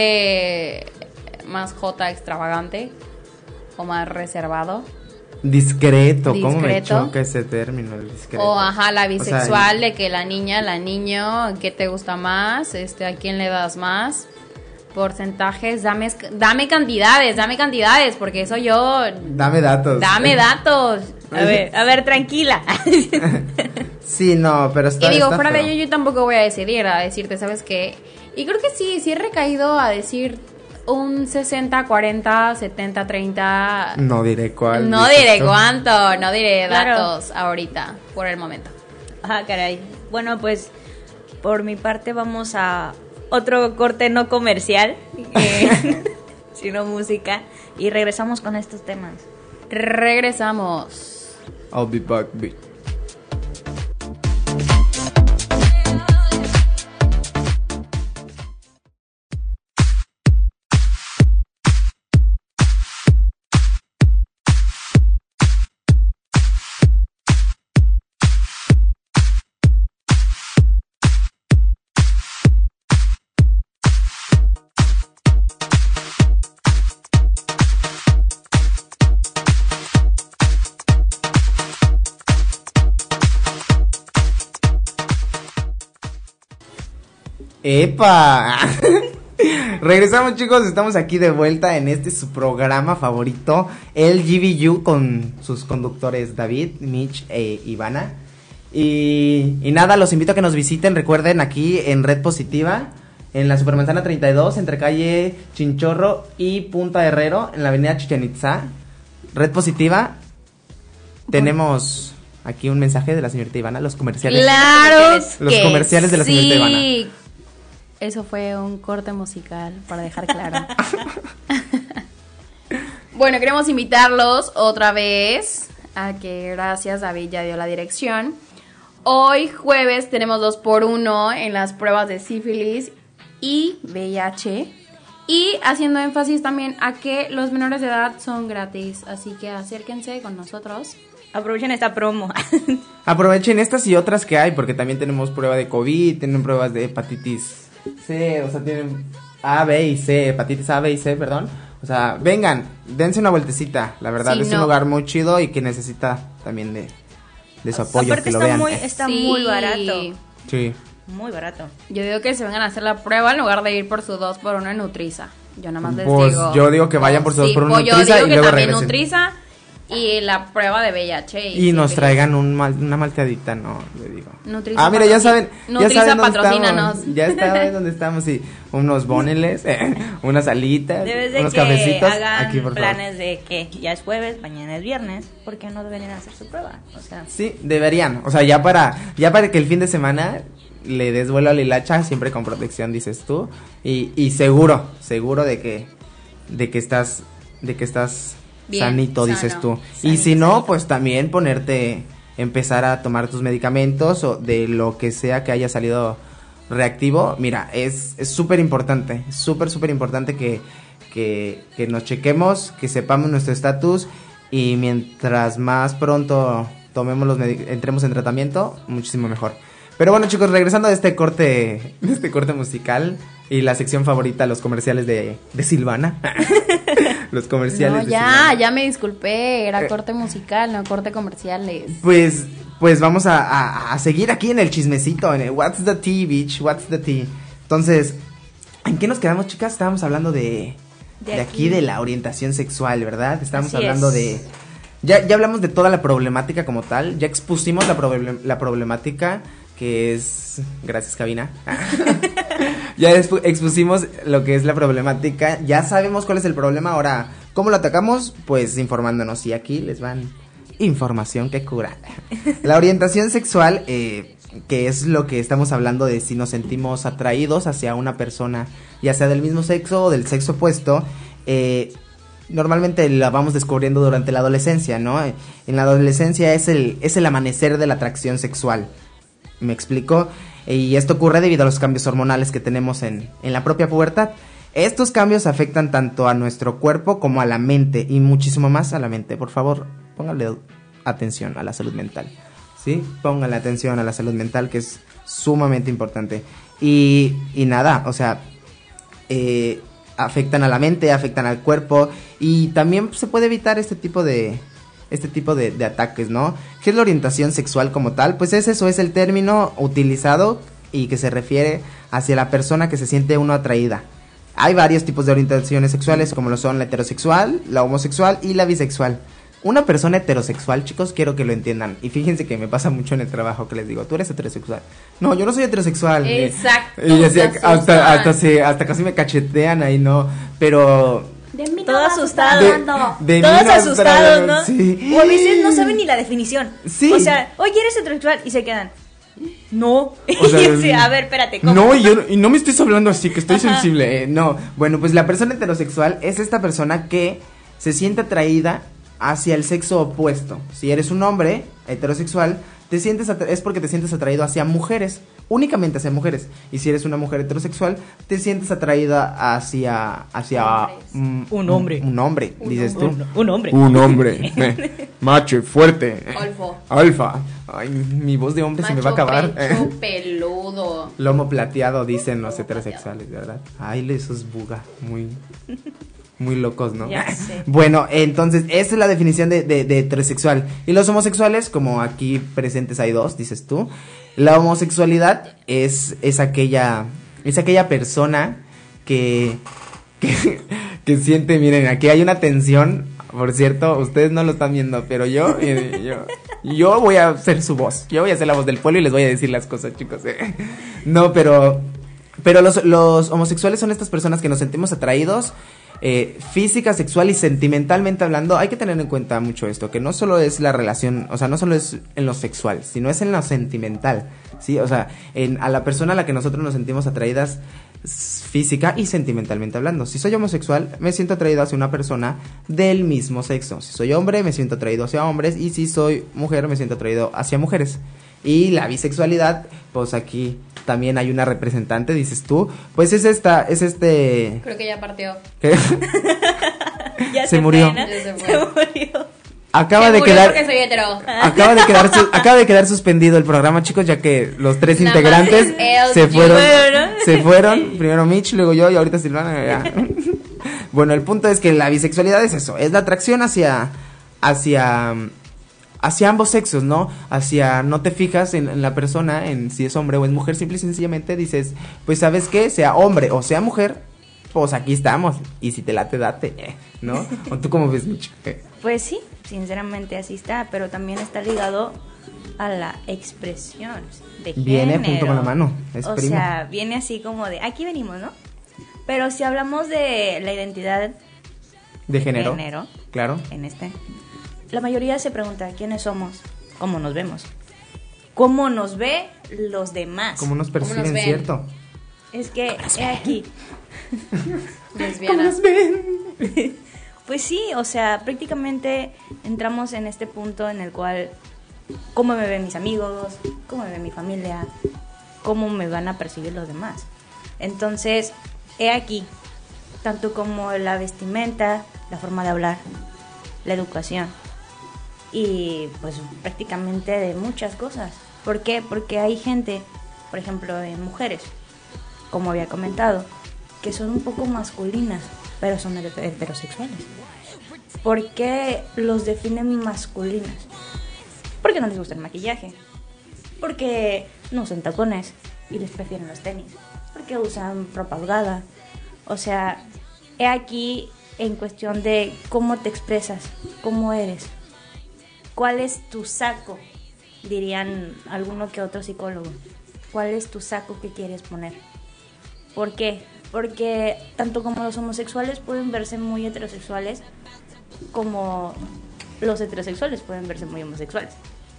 más J extravagante o más reservado. Discreto, ¿cómo me Discreto. choca ese término, el discreto? O ajá, la O sea, bisexual de que la niña, la niño, ¿qué te gusta más? ¿A quién le das más? porcentajes, dame cantidades, porque eso yo... Dame datos. A ver, tranquila. Sí, no, pero está... Y digo, está fuera de feo. ello yo tampoco voy a decirte, ¿sabes qué? Y creo que sí he recaído a decir un 60-40, 70-30... No diré cuál. No dices diré tú. cuánto, no diré Claro. datos ahorita, por el momento. Ah, caray. Bueno, pues por mi parte vamos a otro corte no comercial, sino música, y regresamos con estos temas. Regresamos. I'll be back, bitch. ¡Epa! Regresamos, chicos, estamos aquí de vuelta en su programa favorito, el GBU, con sus conductores David, Mitch e Ivana. Y nada, los invito a que nos visiten, recuerden, aquí en Red Positiva, en la Supermanzana 32, entre calle Chinchorro y Punta Herrero, en la avenida Chichén Itzá. Red Positiva, tenemos aquí un mensaje de la señorita Ivana, los comerciales. Claro, Los que comerciales de la señorita sí. Ivana. Eso fue un corte musical, para dejar claro. Bueno, queremos invitarlos otra vez a que, gracias, David ya dio la dirección. Hoy jueves tenemos 2x1 en las pruebas de sífilis y VIH. Y haciendo énfasis también a que los menores de edad son gratis, así que acérquense con nosotros. Aprovechen esta promo. Aprovechen estas y otras que hay, porque también tenemos prueba de COVID, tienen pruebas de hepatitis C, o sea, tienen A, B y C, hepatitis A, B y C, perdón. O sea, vengan, dense una vueltecita, la verdad, Sí, es un no. lugar muy chido y que necesita también de su apoyo, Aparte que lo está vean. está Sí. muy barato. Sí. Muy barato. Yo digo que se vengan a hacer la prueba en lugar de ir por su 2x1 en Nutriza. Yo nada más les Pues, digo. yo digo que vayan por su 2x1 pues yo Nutriza digo y que luego también regresen. Nutriza y la prueba de VIH. Y nos sífilis. traigan una malteadita, no, le digo. Nutriza, Mira, ya saben Nutriza, dónde patrocínanos. estamos. Ya saben dónde estamos, y unos boneles, unas alitas, Debes de unos que cafecitos, hagan aquí por favor. planes de que ya es jueves, mañana es viernes, ¿por qué no deben hacer su prueba? O sea, Sí, deberían, o sea, ya para que el fin de semana le des vuelo a la hilacha, siempre con protección, dices tú, y seguro de que estás Bien, sanito, sano, dices tú. Y sanito, si no, sanito. pues también empezar a tomar tus medicamentos o de lo que sea que haya salido reactivo. Mira, es súper importante, súper importante que nos chequemos, que sepamos nuestro estatus, y mientras más pronto entremos en tratamiento, muchísimo mejor. Pero bueno, chicos, regresando de este corte musical y la sección favorita, los comerciales de Silvana. Los comerciales No, de ya, Silvana. ya me disculpé. Era corte musical, no corte comerciales. Pues vamos a seguir aquí en el chismecito, en el What's the Tea, bitch, What's the Tea. Entonces, ¿en qué nos quedamos, chicas? Estábamos hablando de aquí de la orientación sexual, ¿verdad? Estábamos Así hablando es. de... Ya hablamos de toda la problemática como tal, ya expusimos la problemática que es... Gracias, cabina. Ya expusimos lo que es la problemática, ya sabemos cuál es el problema. Ahora, ¿cómo lo atacamos? Pues informándonos, y aquí les van información que cura. La orientación sexual, que es lo que estamos hablando de si nos sentimos atraídos hacia una persona, ya sea del mismo sexo o del sexo opuesto, normalmente la vamos descubriendo durante la adolescencia, ¿no? En la adolescencia es el amanecer de la atracción sexual. ¿Me explico? Y esto ocurre debido a los cambios hormonales que tenemos en la propia pubertad. Estos cambios afectan tanto a nuestro cuerpo como a la mente, y muchísimo más a la mente. Por favor, póngale atención a la salud mental, ¿sí? Póngale atención a la salud mental, que es sumamente importante. Y nada, o sea, afectan a la mente, afectan al cuerpo, y también se puede evitar este tipo de ataques, ¿no? ¿Qué es la orientación sexual como tal? Pues es eso, es el término utilizado y que se refiere hacia la persona que se siente uno atraída hay varios tipos de orientaciones sexuales, como lo son la heterosexual, la homosexual y la bisexual. Una persona heterosexual, chicos, quiero que lo entiendan. Y fíjense que me pasa mucho en el trabajo que les digo, tú eres heterosexual. No, yo no soy heterosexual. Exacto. Y así, hasta casi me cachetean ahí, ¿no? Pero... De mí todo asustado. De todos mí asustados, ¿no? Sí. O a veces no saben ni la definición. Sí. O sea, oye, eres heterosexual y se quedan. No. O sea, sí, a ver, espérate, ¿cómo? No, y no me estés hablando así, que estoy sensible. No, bueno, pues la persona heterosexual es esta persona que se siente atraída hacia el sexo opuesto. Si eres un hombre heterosexual, es porque te sientes atraído hacia mujeres, únicamente hacia mujeres. Y si eres una mujer heterosexual, te sientes atraída hacia un hombre. Un hombre, dices tú. Un hombre. Un hombre. Macho, fuerte. Alfa. Ay, mi voz de hombre Macho se me va a acabar. Pecho peludo. Lomo plateado, dicen los heterosexuales, ¿verdad? Ay, esos buga, muy locos, ¿no? Ya sé. Bueno, entonces, esa es la definición de heterosexual. Y los homosexuales, como aquí presentes hay dos, dices tú. La homosexualidad es aquella persona que siente, miren, aquí hay una tensión. Por cierto, ustedes no lo están viendo, pero yo voy a ser su voz. Yo voy a ser la voz del pueblo y les voy a decir las cosas, chicos. No, pero los homosexuales son estas personas que nos sentimos atraídos física, sexual y sentimentalmente hablando. Hay que tener en cuenta mucho esto, que no solo es la relación, o sea, no solo es en lo sexual, sino es en lo sentimental, ¿sí? O sea, a la persona a la que nosotros nos sentimos atraídas física y sentimentalmente hablando. Si soy homosexual, me siento atraído hacia una persona del mismo sexo. Si soy hombre, me siento atraído hacia hombres. Y si soy mujer, me siento atraído hacia mujeres. Y la bisexualidad, pues aquí también hay una representante, dices tú. Pues es este... Creo que ya partió. ¿Qué? Ya se murió. Ya se fue. Se murió. Acaba Se de murió quedar... porque soy hetero. Acaba de quedar suspendido el programa, chicos, ya que los tres Nada integrantes más él, se fueron. Bueno. Se fueron. Primero Mitch, luego yo y ahorita Silvana. Ya. Bueno, el punto es que la bisexualidad es eso, es la atracción hacia ambos sexos, ¿no? No te fijas en la persona, en si es hombre o es mujer, simple y sencillamente dices, pues ¿sabes qué? Sea hombre o sea mujer, pues aquí estamos, y si te late, date, ¿no? ¿O tú cómo ves, Mitch? Pues sí, sinceramente así está, pero también está ligado a la expresión de género. Viene junto con la mano, es o primo. sea, viene así como de, aquí venimos, ¿no? Pero si hablamos de la identidad de género, claro. La mayoría se pregunta quiénes somos, cómo nos vemos, cómo nos ve los demás. Cómo nos perciben, nos ven? ¿cierto? Es que he aquí. Lesbiana. ¿Cómo nos ven? Pues sí, o sea, prácticamente entramos en este punto en el cual cómo me ven mis amigos, cómo me ve mi familia, cómo me van a percibir los demás. Entonces, he aquí, tanto como la vestimenta, la forma de hablar, la educación y pues prácticamente de muchas cosas. ¿Por qué? Porque hay gente, por ejemplo, de mujeres, como había comentado, que son un poco masculinas, pero son heterosexuales. ¿Por qué los definen masculinas? Porque no les gusta el maquillaje, porque no usan tacones y les prefieren los tenis, porque usan ropa holgada. O sea, he aquí en cuestión de cómo te expresas, cómo eres, cuál es tu saco, dirían alguno que otro psicólogo. ¿Cuál es tu saco que quieres poner? ¿Por qué? Porque tanto como los homosexuales pueden verse muy heterosexuales, como los heterosexuales pueden verse muy homosexuales.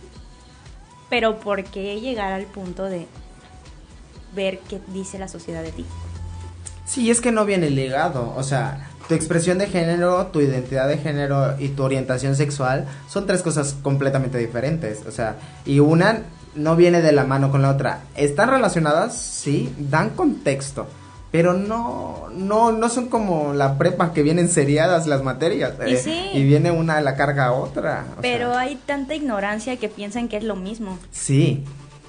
Pero ¿por qué llegar al punto de ver qué dice la sociedad de ti? Sí, es que no viene ligado, o sea, tu expresión de género, tu identidad de género y tu orientación sexual son tres cosas completamente diferentes, o sea, y una no viene de la mano con la otra. ¿Están relacionadas? Sí, dan contexto, pero no son como la prepa que vienen seriadas las materias, Y sí. Y viene una a la carga a otra. Pero sea, hay tanta ignorancia que piensan que es lo mismo. Sí,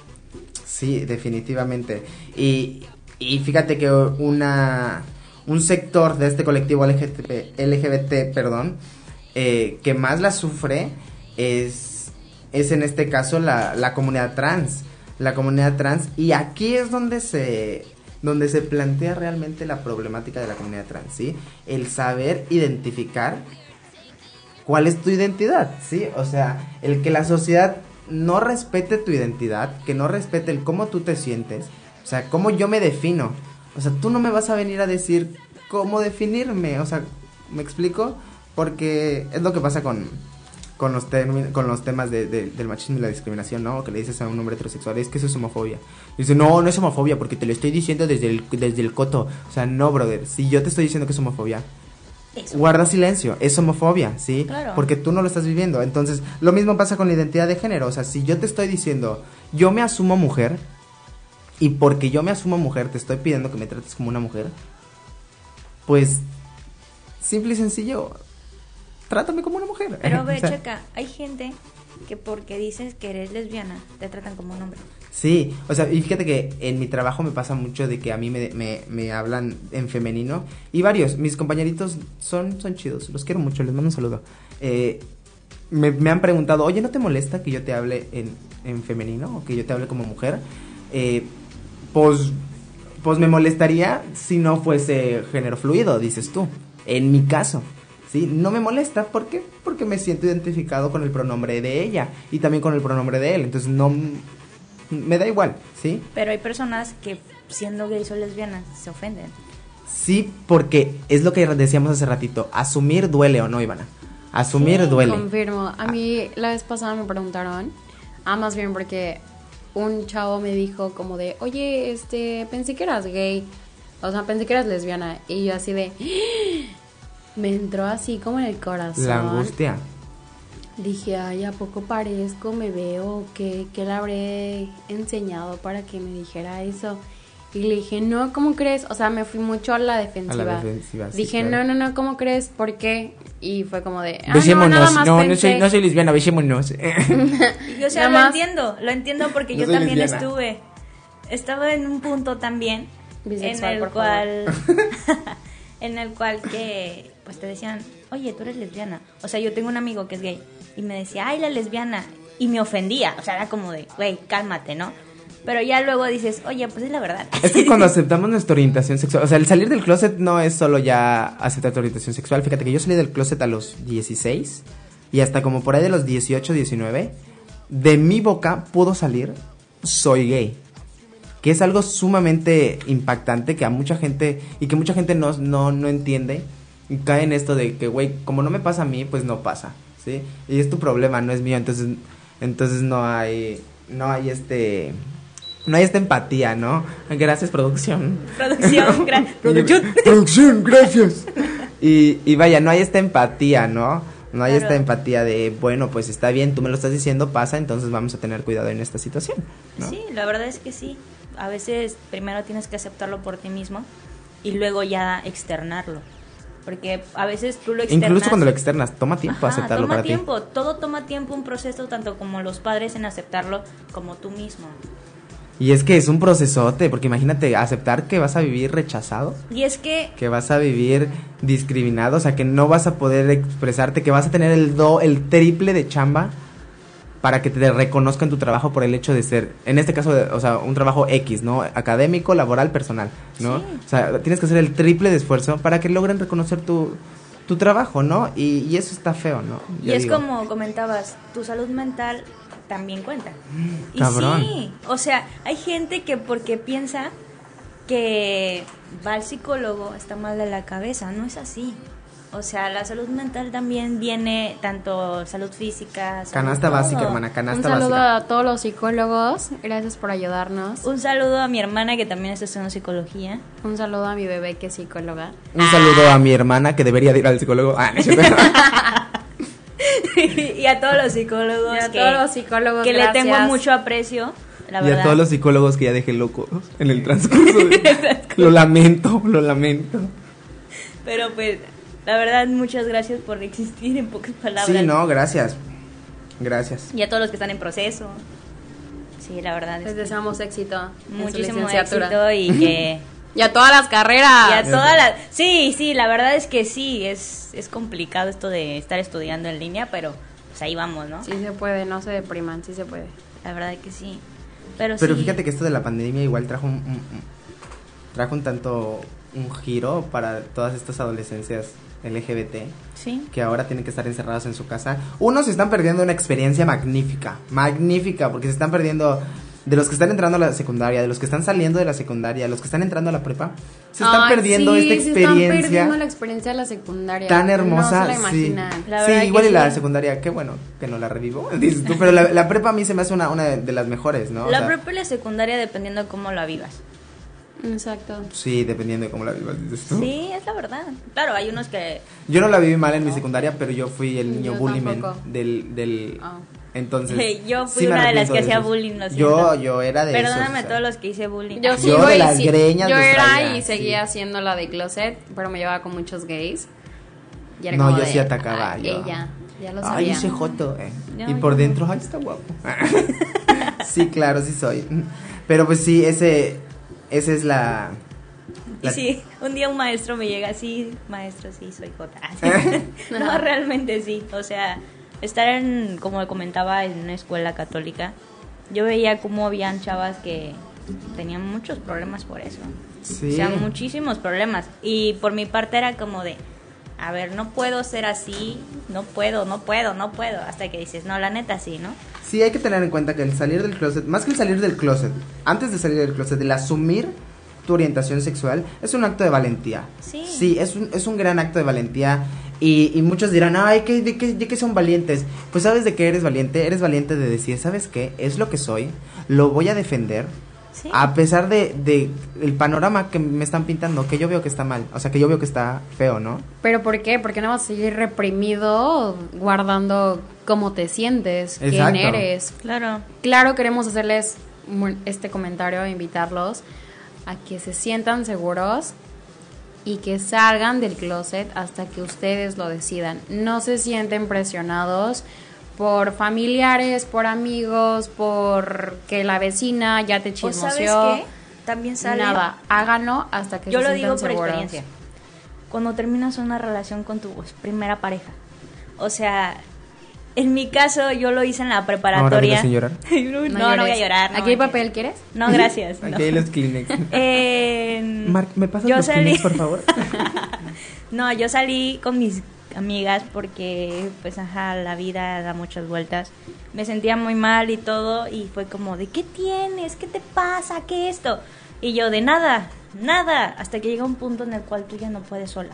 definitivamente. Y fíjate que un sector de este colectivo LGBT, que más la sufre es en este caso la comunidad trans. La comunidad trans, y aquí es donde se donde se plantea realmente la problemática de la comunidad trans, ¿sí? El saber identificar cuál es tu identidad, ¿sí? O sea, el que la sociedad no respete tu identidad, que no respete el cómo tú te sientes, o sea, cómo yo me defino. O sea, tú no me vas a venir a decir cómo definirme, o sea, ¿me explico? Porque es lo que pasa con los temas del machismo y la discriminación, ¿no? Que le dices a un hombre heterosexual, es que eso es homofobia. Y dice, no es homofobia porque te lo estoy diciendo desde el coto. O sea, no, brother, si yo te estoy diciendo que es homofobia, guarda silencio, es homofobia, ¿sí? Claro. Porque tú no lo estás viviendo. Entonces, lo mismo pasa con la identidad de género. O sea, si yo te estoy diciendo, yo me asumo mujer, y porque yo me asumo mujer te estoy pidiendo que me trates como una mujer, pues, simple y sencillo, trátame como una mujer. Pero ve, O sea, checa, hay gente que porque dices que eres lesbiana, te tratan como un hombre. sí, o sea, y fíjate que en mi trabajo me pasa mucho de que a mí me hablan en femenino. Y varios, mis compañeritos son chidos, los quiero mucho, les mando un saludo. Me han preguntado, oye, ¿no te molesta que yo te hable en femenino o que yo te hable como mujer? Pues me molestaría si no fuese género fluido, dices tú. En mi caso, ¿sí? No me molesta, ¿por qué? Porque me siento identificado con el pronombre de ella y también con el pronombre de él, entonces no me da igual, ¿sí? Pero hay personas que siendo gays o lesbianas se ofenden. Sí, porque es lo que decíamos hace ratito, asumir duele, ¿o no, Ivana? Asumir duele. Confirmo. A mí la vez pasada me preguntaron, más bien porque un chavo me dijo como de, oye, pensé que eras gay, o sea, pensé que eras lesbiana, y yo así de, me entró así como en el corazón. La angustia. Dije, ay, ¿a poco parezco? ¿Me veo? ¿Qué le habré enseñado para que me dijera eso? Y le dije, no, ¿cómo crees? O sea, me fui mucho a la defensiva. A la defensiva, sí, dije, claro. no, ¿cómo crees? ¿Por qué? Y fue como de, Besémonos, nada más no pensé. soy lesbiana, besémonos. Y, o sea, Nada lo entiendo porque No yo soy también lesbiana. estaba en un punto también Bisexual, en el por cual en el cual que pues te decían, oye, tú eres lesbiana. O sea, yo tengo un amigo que es gay y me decía, ay, la lesbiana, y me ofendía. O sea, era como de, güey, cálmate, ¿no? Pero ya luego dices, oye, pues es la verdad. Es que cuando aceptamos nuestra orientación sexual, o sea, el salir del closet no es solo ya aceptar tu orientación sexual. Fíjate que yo salí del closet a los 16 y hasta como por ahí de los 18, 19, de mi boca pudo salir, soy gay. Que es algo sumamente impactante que a mucha gente, y que mucha gente no entiende, y cae en esto de que, güey, como no me pasa a mí, pues no pasa, ¿sí? Y es tu problema, no es mío, entonces no hay esta empatía, ¿no? Gracias, producción. Producción, gracias. Y vaya, no hay esta empatía, ¿no? No hay Claro. esta empatía de, bueno, pues está bien, tú me lo estás diciendo, pasa, entonces vamos a tener cuidado en esta situación, ¿no? Sí, la verdad es que sí. A veces primero tienes que aceptarlo por ti mismo y luego ya externarlo. Porque a veces tú lo externas. Incluso cuando lo externas, toma tiempo Ajá, aceptarlo toma para tiempo, todo toma tiempo, un proceso, tanto como los padres en aceptarlo, como tú mismo. ti. Y es que es un procesote, porque imagínate aceptar que vas a vivir rechazado, Y es que que vas a vivir discriminado, o sea, que no vas a poder expresarte, que vas a tener el triple de chamba para que te reconozcan tu trabajo por el hecho de ser, en este caso, o sea, un trabajo X, ¿no? Académico, laboral, personal, ¿no? Sí. O sea, tienes que hacer el triple de esfuerzo para que logren reconocer tu trabajo, ¿no? Y eso está feo, ¿no? y Yo es digo, como comentabas, tu salud mental también cuenta. Y cabrón. sí, o sea, hay gente que porque piensa que va al psicólogo está mal de la cabeza, no es así. O sea, la salud mental también viene tanto salud física, salud Canasta todo. básica, hermana, Un canasta saludo básica. a todos los psicólogos, gracias por ayudarnos. Un saludo a mi hermana que también está estudiando psicología. Un saludo a mi bebé que es psicóloga. Un saludo a mi hermana que debería de ir al psicólogo. Ah, no es cierto. Y a todos los psicólogos Y a todos los psicólogos, que le gracias. tengo mucho aprecio, la Y verdad. a todos los psicólogos que ya dejé locos en el transcurso. Lo lamento. Pero pues, la verdad, muchas gracias por existir, en pocas palabras. Sí, no, gracias. Gracias. Y a todos los que están en proceso. Sí, la verdad. Les deseamos éxito en su muchísimo licenciatura. éxito y que... Y a todas las carreras. y a todas las... Sí, la verdad es que sí, es complicado esto de estar estudiando en línea, pero pues ahí vamos, ¿no? Sí se puede, no se depriman, sí se puede. La verdad es que sí. Pero Pero sí, fíjate que esto de la pandemia igual trajo trajo un giro para todas estas adolescencias LGBT Sí. que ahora tienen que estar encerrados en su casa. Unos se están perdiendo una experiencia magnífica, porque se están perdiendo de los que están entrando a la secundaria, de los que están saliendo de la secundaria, de los que están entrando a la prepa. Se están perdiendo esta experiencia. Se están perdiendo la experiencia de la secundaria. Tan hermosa, No se la imaginan. sí. La Sí, verdad igual que y la sí. secundaria, qué bueno que no la revivo, dices tú, pero la prepa a mí se me hace una de las mejores, ¿no? O La sea, prepa y la secundaria dependiendo de cómo la vivas. Exacto. sí, dependiendo de cómo la vivas, dices tú. Sí, es la verdad. Claro, hay unos que... Yo no la viví mal en mi secundaria, pero yo fui el niño Yo bullyman tampoco. del Ah. entonces Yo fui sí me una de las arrepiento que hacía esos. bullying, lo siento. Yo era de esos, Perdóname o a sea. todos los que hice bullying. Yo sí, Yo de güey, las sí. greñas Yo los era traía, y sí. seguía haciendo la de closet, pero me llevaba con muchos gays. Y era No, como yo de, sí atacaba, "Ay, yo. ella, ya lo Ay, sabía. ese joto, No, y por yo dentro, ay, está guapo. Sí, claro, sí soy. Pero pues sí, esa es la Y sí, un día un maestro me llega así, maestro, sí, soy jota. No, realmente sí. O sea, estar en, como comentaba, en una escuela católica, yo veía cómo habían chavas que tenían muchos problemas por eso. Sí. O sea, muchísimos problemas. Y por mi parte era como de, a ver, no puedo ser así, no puedo. Hasta que dices, no, la neta sí, ¿no? Sí, hay que tener en cuenta que el salir del closet, más que el salir del closet, antes de salir del closet, el asumir tu orientación sexual, es un acto de valentía. Sí. Sí, es un gran acto de valentía. Y muchos dirán, ay, ¿de qué son valientes? Pues ¿sabes de qué eres valiente? Eres valiente de decir, ¿sabes qué? Es lo que soy, lo voy a defender. Sí. A pesar de el panorama que me están pintando, que yo veo que está mal, o sea, que yo veo que está feo, ¿no? ¿Pero por qué? ¿Por qué no vas a seguir reprimido guardando cómo te sientes? ¿Quién Exacto. eres? Claro. Claro, queremos hacerles este comentario, invitarlos a que se sientan seguros y que salgan del closet hasta que ustedes lo decidan. No se sienten presionados por familiares, por amigos, por que la vecina ya te ¿O chismoseó. sabes qué? También sale... Nada, háganlo hasta que Yo se lo sientan digo por seguros. experiencia. Cuando terminas una relación con tu primera pareja. O sea, en mi caso yo lo hice en la Ahora preparatoria. vienes sin llorar. No voy a llorar. no ¿Aquí hay manches. papel quieres? No, gracias. no. Aquí hay los Kleenex. Mark, ¿me pasas yo los salí- Kleenex, por favor? No, yo salí con mis amigas porque, pues, ajá, la vida da muchas vueltas. Me sentía muy mal y todo, y fue como de, ¿qué tienes? ¿Qué te pasa? ¿Qué esto? Y yo de nada, hasta que llega un punto en el cual tú ya no puedes sola.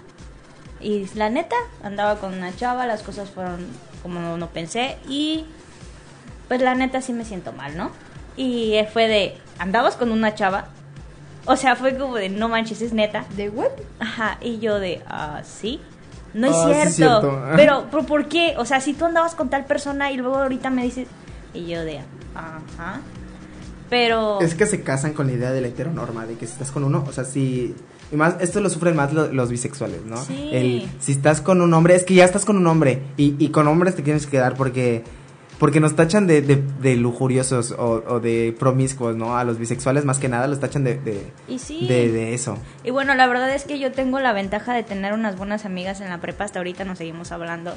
Y la neta, andaba con una chava, las cosas fueron como no pensé, y pues la neta sí me siento mal, ¿no? Y fue de, ¿andabas con una chava? O sea, fue como de, no manches, es neta. ¿De what? Ajá, y yo de, sí. No es Ah, sí es cierto. cierto. Pero, ¿por qué? O sea, si tú andabas con tal persona y luego ahorita me dices... Y yo de, ajá. Pero... Es que se casan con la idea de la heteronorma, de que si estás con uno, o sea, si... Y más, esto lo sufren más los bisexuales, ¿no? Sí. Si estás con un hombre, es que ya estás con un hombre, y con hombres te tienes que quedar porque nos tachan de lujuriosos o de promiscuos, ¿no? A los bisexuales más que nada los tachan Y sí. de eso. Y bueno, la verdad es que yo tengo la ventaja de tener unas buenas amigas en la prepa, hasta ahorita nos seguimos hablando.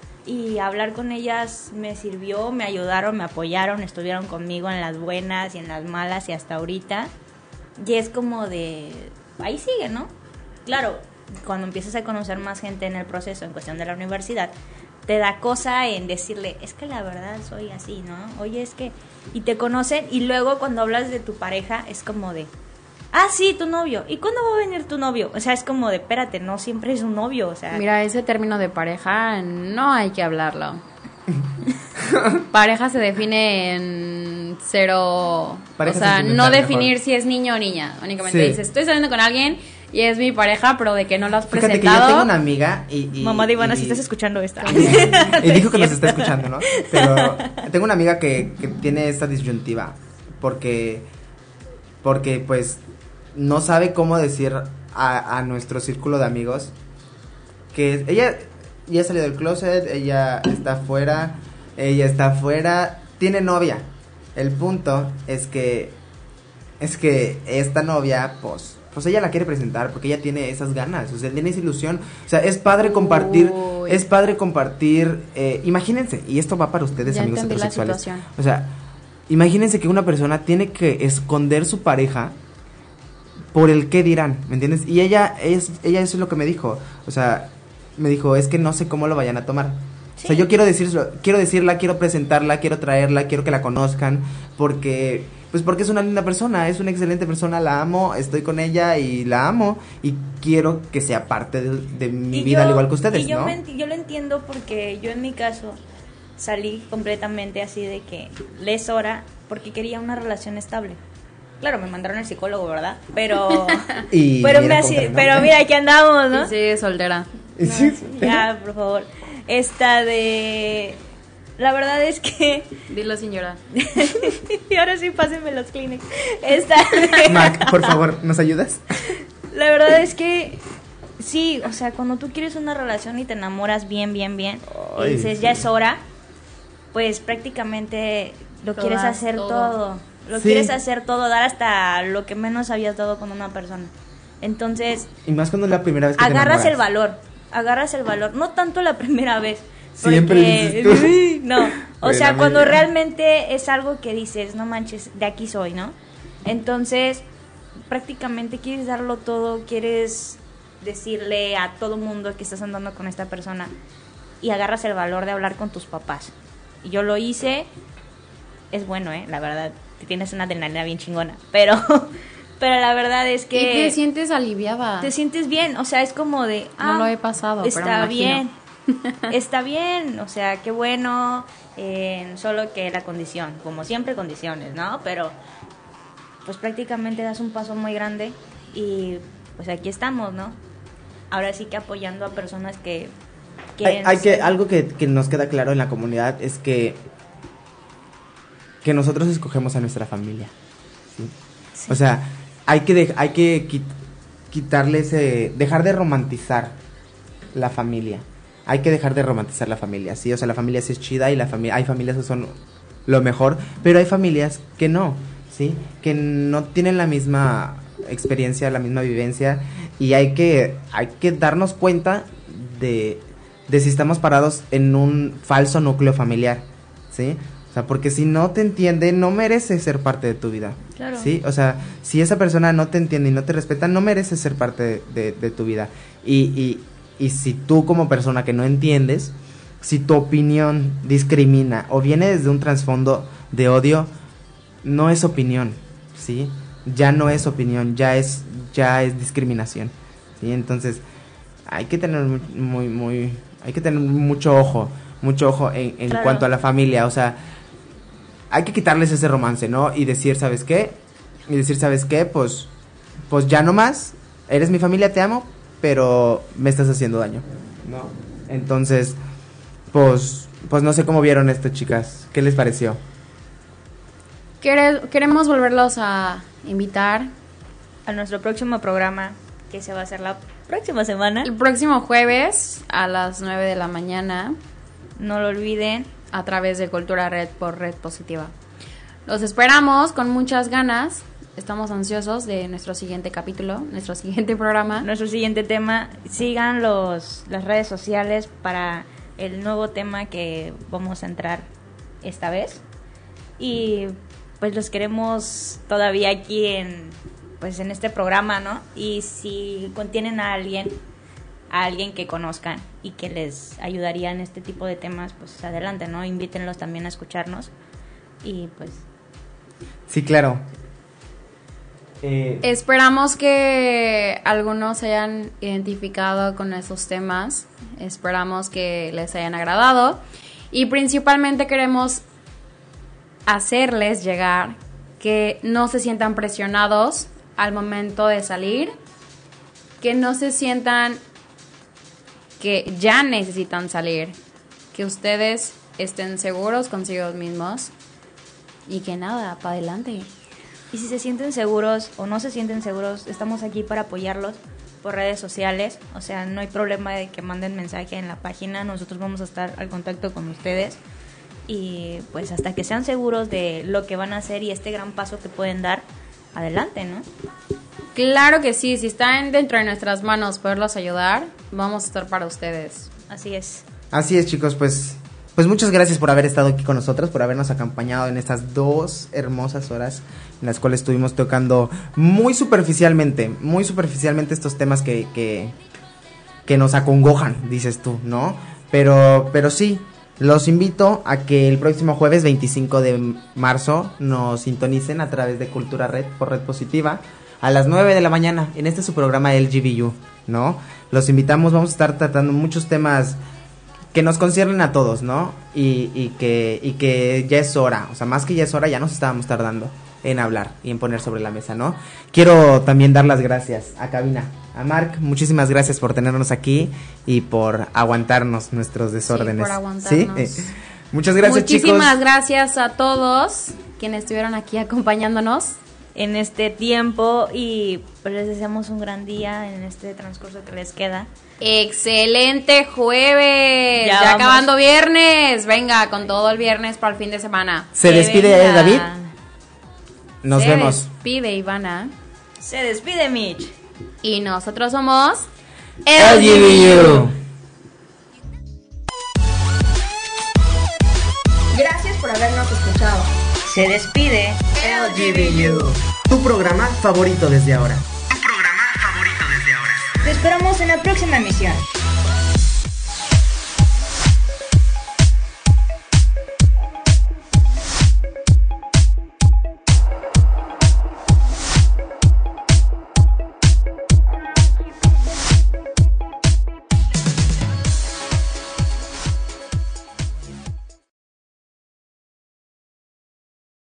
Y hablar con ellas me sirvió, me ayudaron, me apoyaron, estuvieron conmigo en las buenas y en las malas y hasta ahorita. Y es como de, ahí sigue, ¿no? Claro, cuando empiezas a conocer más gente en el proceso, en cuestión de la universidad, te da cosa en decirle, es que la verdad soy así, ¿no? Oye, es que... Y te conocen, y luego cuando hablas de tu pareja, es como de... Ah, sí, tu novio. ¿Y cuándo va a venir tu novio? O sea, es como de, espérate, no siempre es un novio, o sea... Mira, ese término de pareja no hay que hablarlo. Pareja se define en cero... Pareja o sea, sentimental, no definir mejor. si es niño o niña. Únicamente Sí. dices, estoy saliendo con alguien y es mi pareja, pero de que no lo has Fíjate que yo presentado. tengo una amiga y Mamá de Ivana, y- si estás escuchando esta. y dijo que nos está escuchando, ¿no? Pero tengo una amiga que tiene esta disyuntiva porque pues no sabe cómo decir a nuestro círculo de amigos que ella ya salió del closet, ella está afuera, tiene novia. El punto es que esta novia, pues ella la quiere presentar porque ella tiene esas ganas, o sea, tiene esa ilusión, o sea, es padre compartir, Uy. imagínense, y esto va para ustedes, Ya amigos entendí la heterosexuales, situación. o sea, imagínense que una persona tiene que esconder su pareja por el qué dirán, ¿me entiendes? Y ella eso es lo que me dijo, o sea, me dijo, es que no sé cómo lo vayan a tomar. Sí. O sea, yo quiero decirla, quiero presentarla, quiero traerla, quiero que la conozcan, porque es una linda persona, es una excelente persona, la amo, estoy con ella y la amo, y quiero que sea parte de mi vida, al igual que ustedes, ¿no? Yo lo entiendo porque yo en mi caso salí completamente así de que es hora, porque quería una relación estable. Claro, me mandaron al psicólogo, ¿verdad? Pero pero mira, aquí andamos, ¿no? Sí, soltera. No, ya, por favor. La verdad es que... Dilo sin llorar. Y ahora sí, pásenme los Kleenex. Mac, por favor, ¿nos ayudas? La verdad es que sí, o sea, cuando tú quieres una relación y te enamoras bien, y dices, ya es hora, pues prácticamente lo quieres hacer todo. Quieres hacer todo, dar hasta lo que menos habías dado con una persona. Entonces... Y más cuando es la primera vez que agarras el valor, no tanto la primera vez. Siempre dices tú. No, o sea, cuando realmente es algo que dices, no manches, de aquí soy, ¿no? Entonces, prácticamente quieres darlo todo, quieres decirle a todo mundo que estás andando con esta persona y agarras el valor de hablar con tus papás. Y yo lo hice, es bueno, la verdad, tienes una adrenalina bien chingona, pero la verdad es que... Y te sientes aliviada. Te sientes bien, o sea, es como de... no lo he pasado, está pero me bien. Está bien, o sea, qué bueno, solo que la condición, como siempre condiciones, ¿no? Pero pues prácticamente das un paso muy grande y pues aquí estamos, ¿no? Ahora sí que apoyando a personas que quieren... Algo que nos queda claro en la comunidad es que nosotros escogemos a nuestra familia, ¿sí? Sí. O sea, hay que quitarle dejar de romantizar la familia. Hay que dejar de romantizar la familia, ¿sí? O sea, la familia sí es chida y hay familias que son lo mejor, pero hay familias que no, ¿sí? Que no tienen la misma experiencia, la misma vivencia, y hay que darnos cuenta de si estamos parados en un falso núcleo familiar, ¿sí? O sea, porque si no te entiende, no merece ser parte de tu vida, claro. ¿sí? O sea, si esa persona no te entiende y no te respeta, no merece ser parte de tu vida. Y si tú como persona que no entiendes, si tu opinión discrimina o viene desde un trasfondo de odio, no es opinión, ¿sí? Ya no es opinión, ya es discriminación, ¿sí? Entonces, hay que tener hay que tener mucho ojo en claro. cuanto a la familia, o sea, hay que quitarles ese romance, ¿no? Y decir, ¿sabes qué? Pues ya no más, eres mi familia, te amo, pero me estás haciendo daño, ¿no? Entonces, pues no sé cómo vieron esto, chicas. ¿Qué les pareció? Queremos volverlos a invitar a nuestro próximo programa, que se va a hacer la próxima semana. El próximo jueves a las 9 de la mañana. No lo olviden. A través de Cultura Red por Red Positiva. Los esperamos con muchas ganas. Estamos ansiosos de nuestro siguiente capítulo, nuestro siguiente programa. Nuestro siguiente tema. Sigan las redes sociales para el nuevo tema que vamos a entrar esta vez. Y pues los queremos todavía aquí en este programa, ¿no? Y si contienen a alguien que conozcan y que les ayudaría en este tipo de temas, pues adelante, ¿no? Invítenlos también a escucharnos. Y pues... Sí, claro. Esperamos que algunos se hayan identificado con esos temas. Esperamos que les hayan agradado. Y principalmente queremos hacerles llegar que no se sientan presionados al momento de salir. Que no se sientan que ya necesitan salir. Que ustedes estén seguros consigo mismos. Y que nada, para adelante. Y si se sienten seguros o no se sienten seguros, estamos aquí para apoyarlos por redes sociales. O sea, no hay problema de que manden mensaje en la página. Nosotros vamos a estar al contacto con ustedes. Y pues hasta que sean seguros de lo que van a hacer y este gran paso que pueden dar, adelante, ¿no? Claro que sí. Si está dentro de nuestras manos poderlos ayudar, vamos a estar para ustedes. Así es. Así es, chicos, pues pues muchas gracias por haber estado aquí con nosotros, por habernos acompañado en estas 2 hermosas horas en las cuales estuvimos tocando muy superficialmente estos temas que nos acongojan, dices tú, ¿no? Pero sí, los invito a que el próximo jueves 25 de marzo nos sintonicen a través de Cultura Red por Red Positiva a las 9 de la mañana en su programa LGBU, ¿no? Los invitamos, vamos a estar tratando muchos temas que nos conciernen a todos, ¿no? Y que ya es hora, o sea, más que ya es hora, ya nos estábamos tardando en hablar y en poner sobre la mesa, ¿no? Quiero también dar las gracias a Cabina, a Mark, muchísimas gracias por tenernos aquí y por aguantarnos nuestros desórdenes. Sí, por aguantarnos. ¿Sí? Muchas gracias, Muchísimas chicos. gracias a todos quienes estuvieron aquí acompañándonos en este tiempo y pues les deseamos un gran día en este transcurso que les queda. Excelente jueves, Ya ya vamos. acabando viernes, venga con todo el viernes para el fin de semana. Se Que despide venga. David. Nos Se vemos. despide Ivana Se despide Mitch. y nosotros somos LGBU. Gracias por habernos escuchado. Se despide LGBU. Tu programa favorito desde ahora. Te esperamos en la próxima emisión.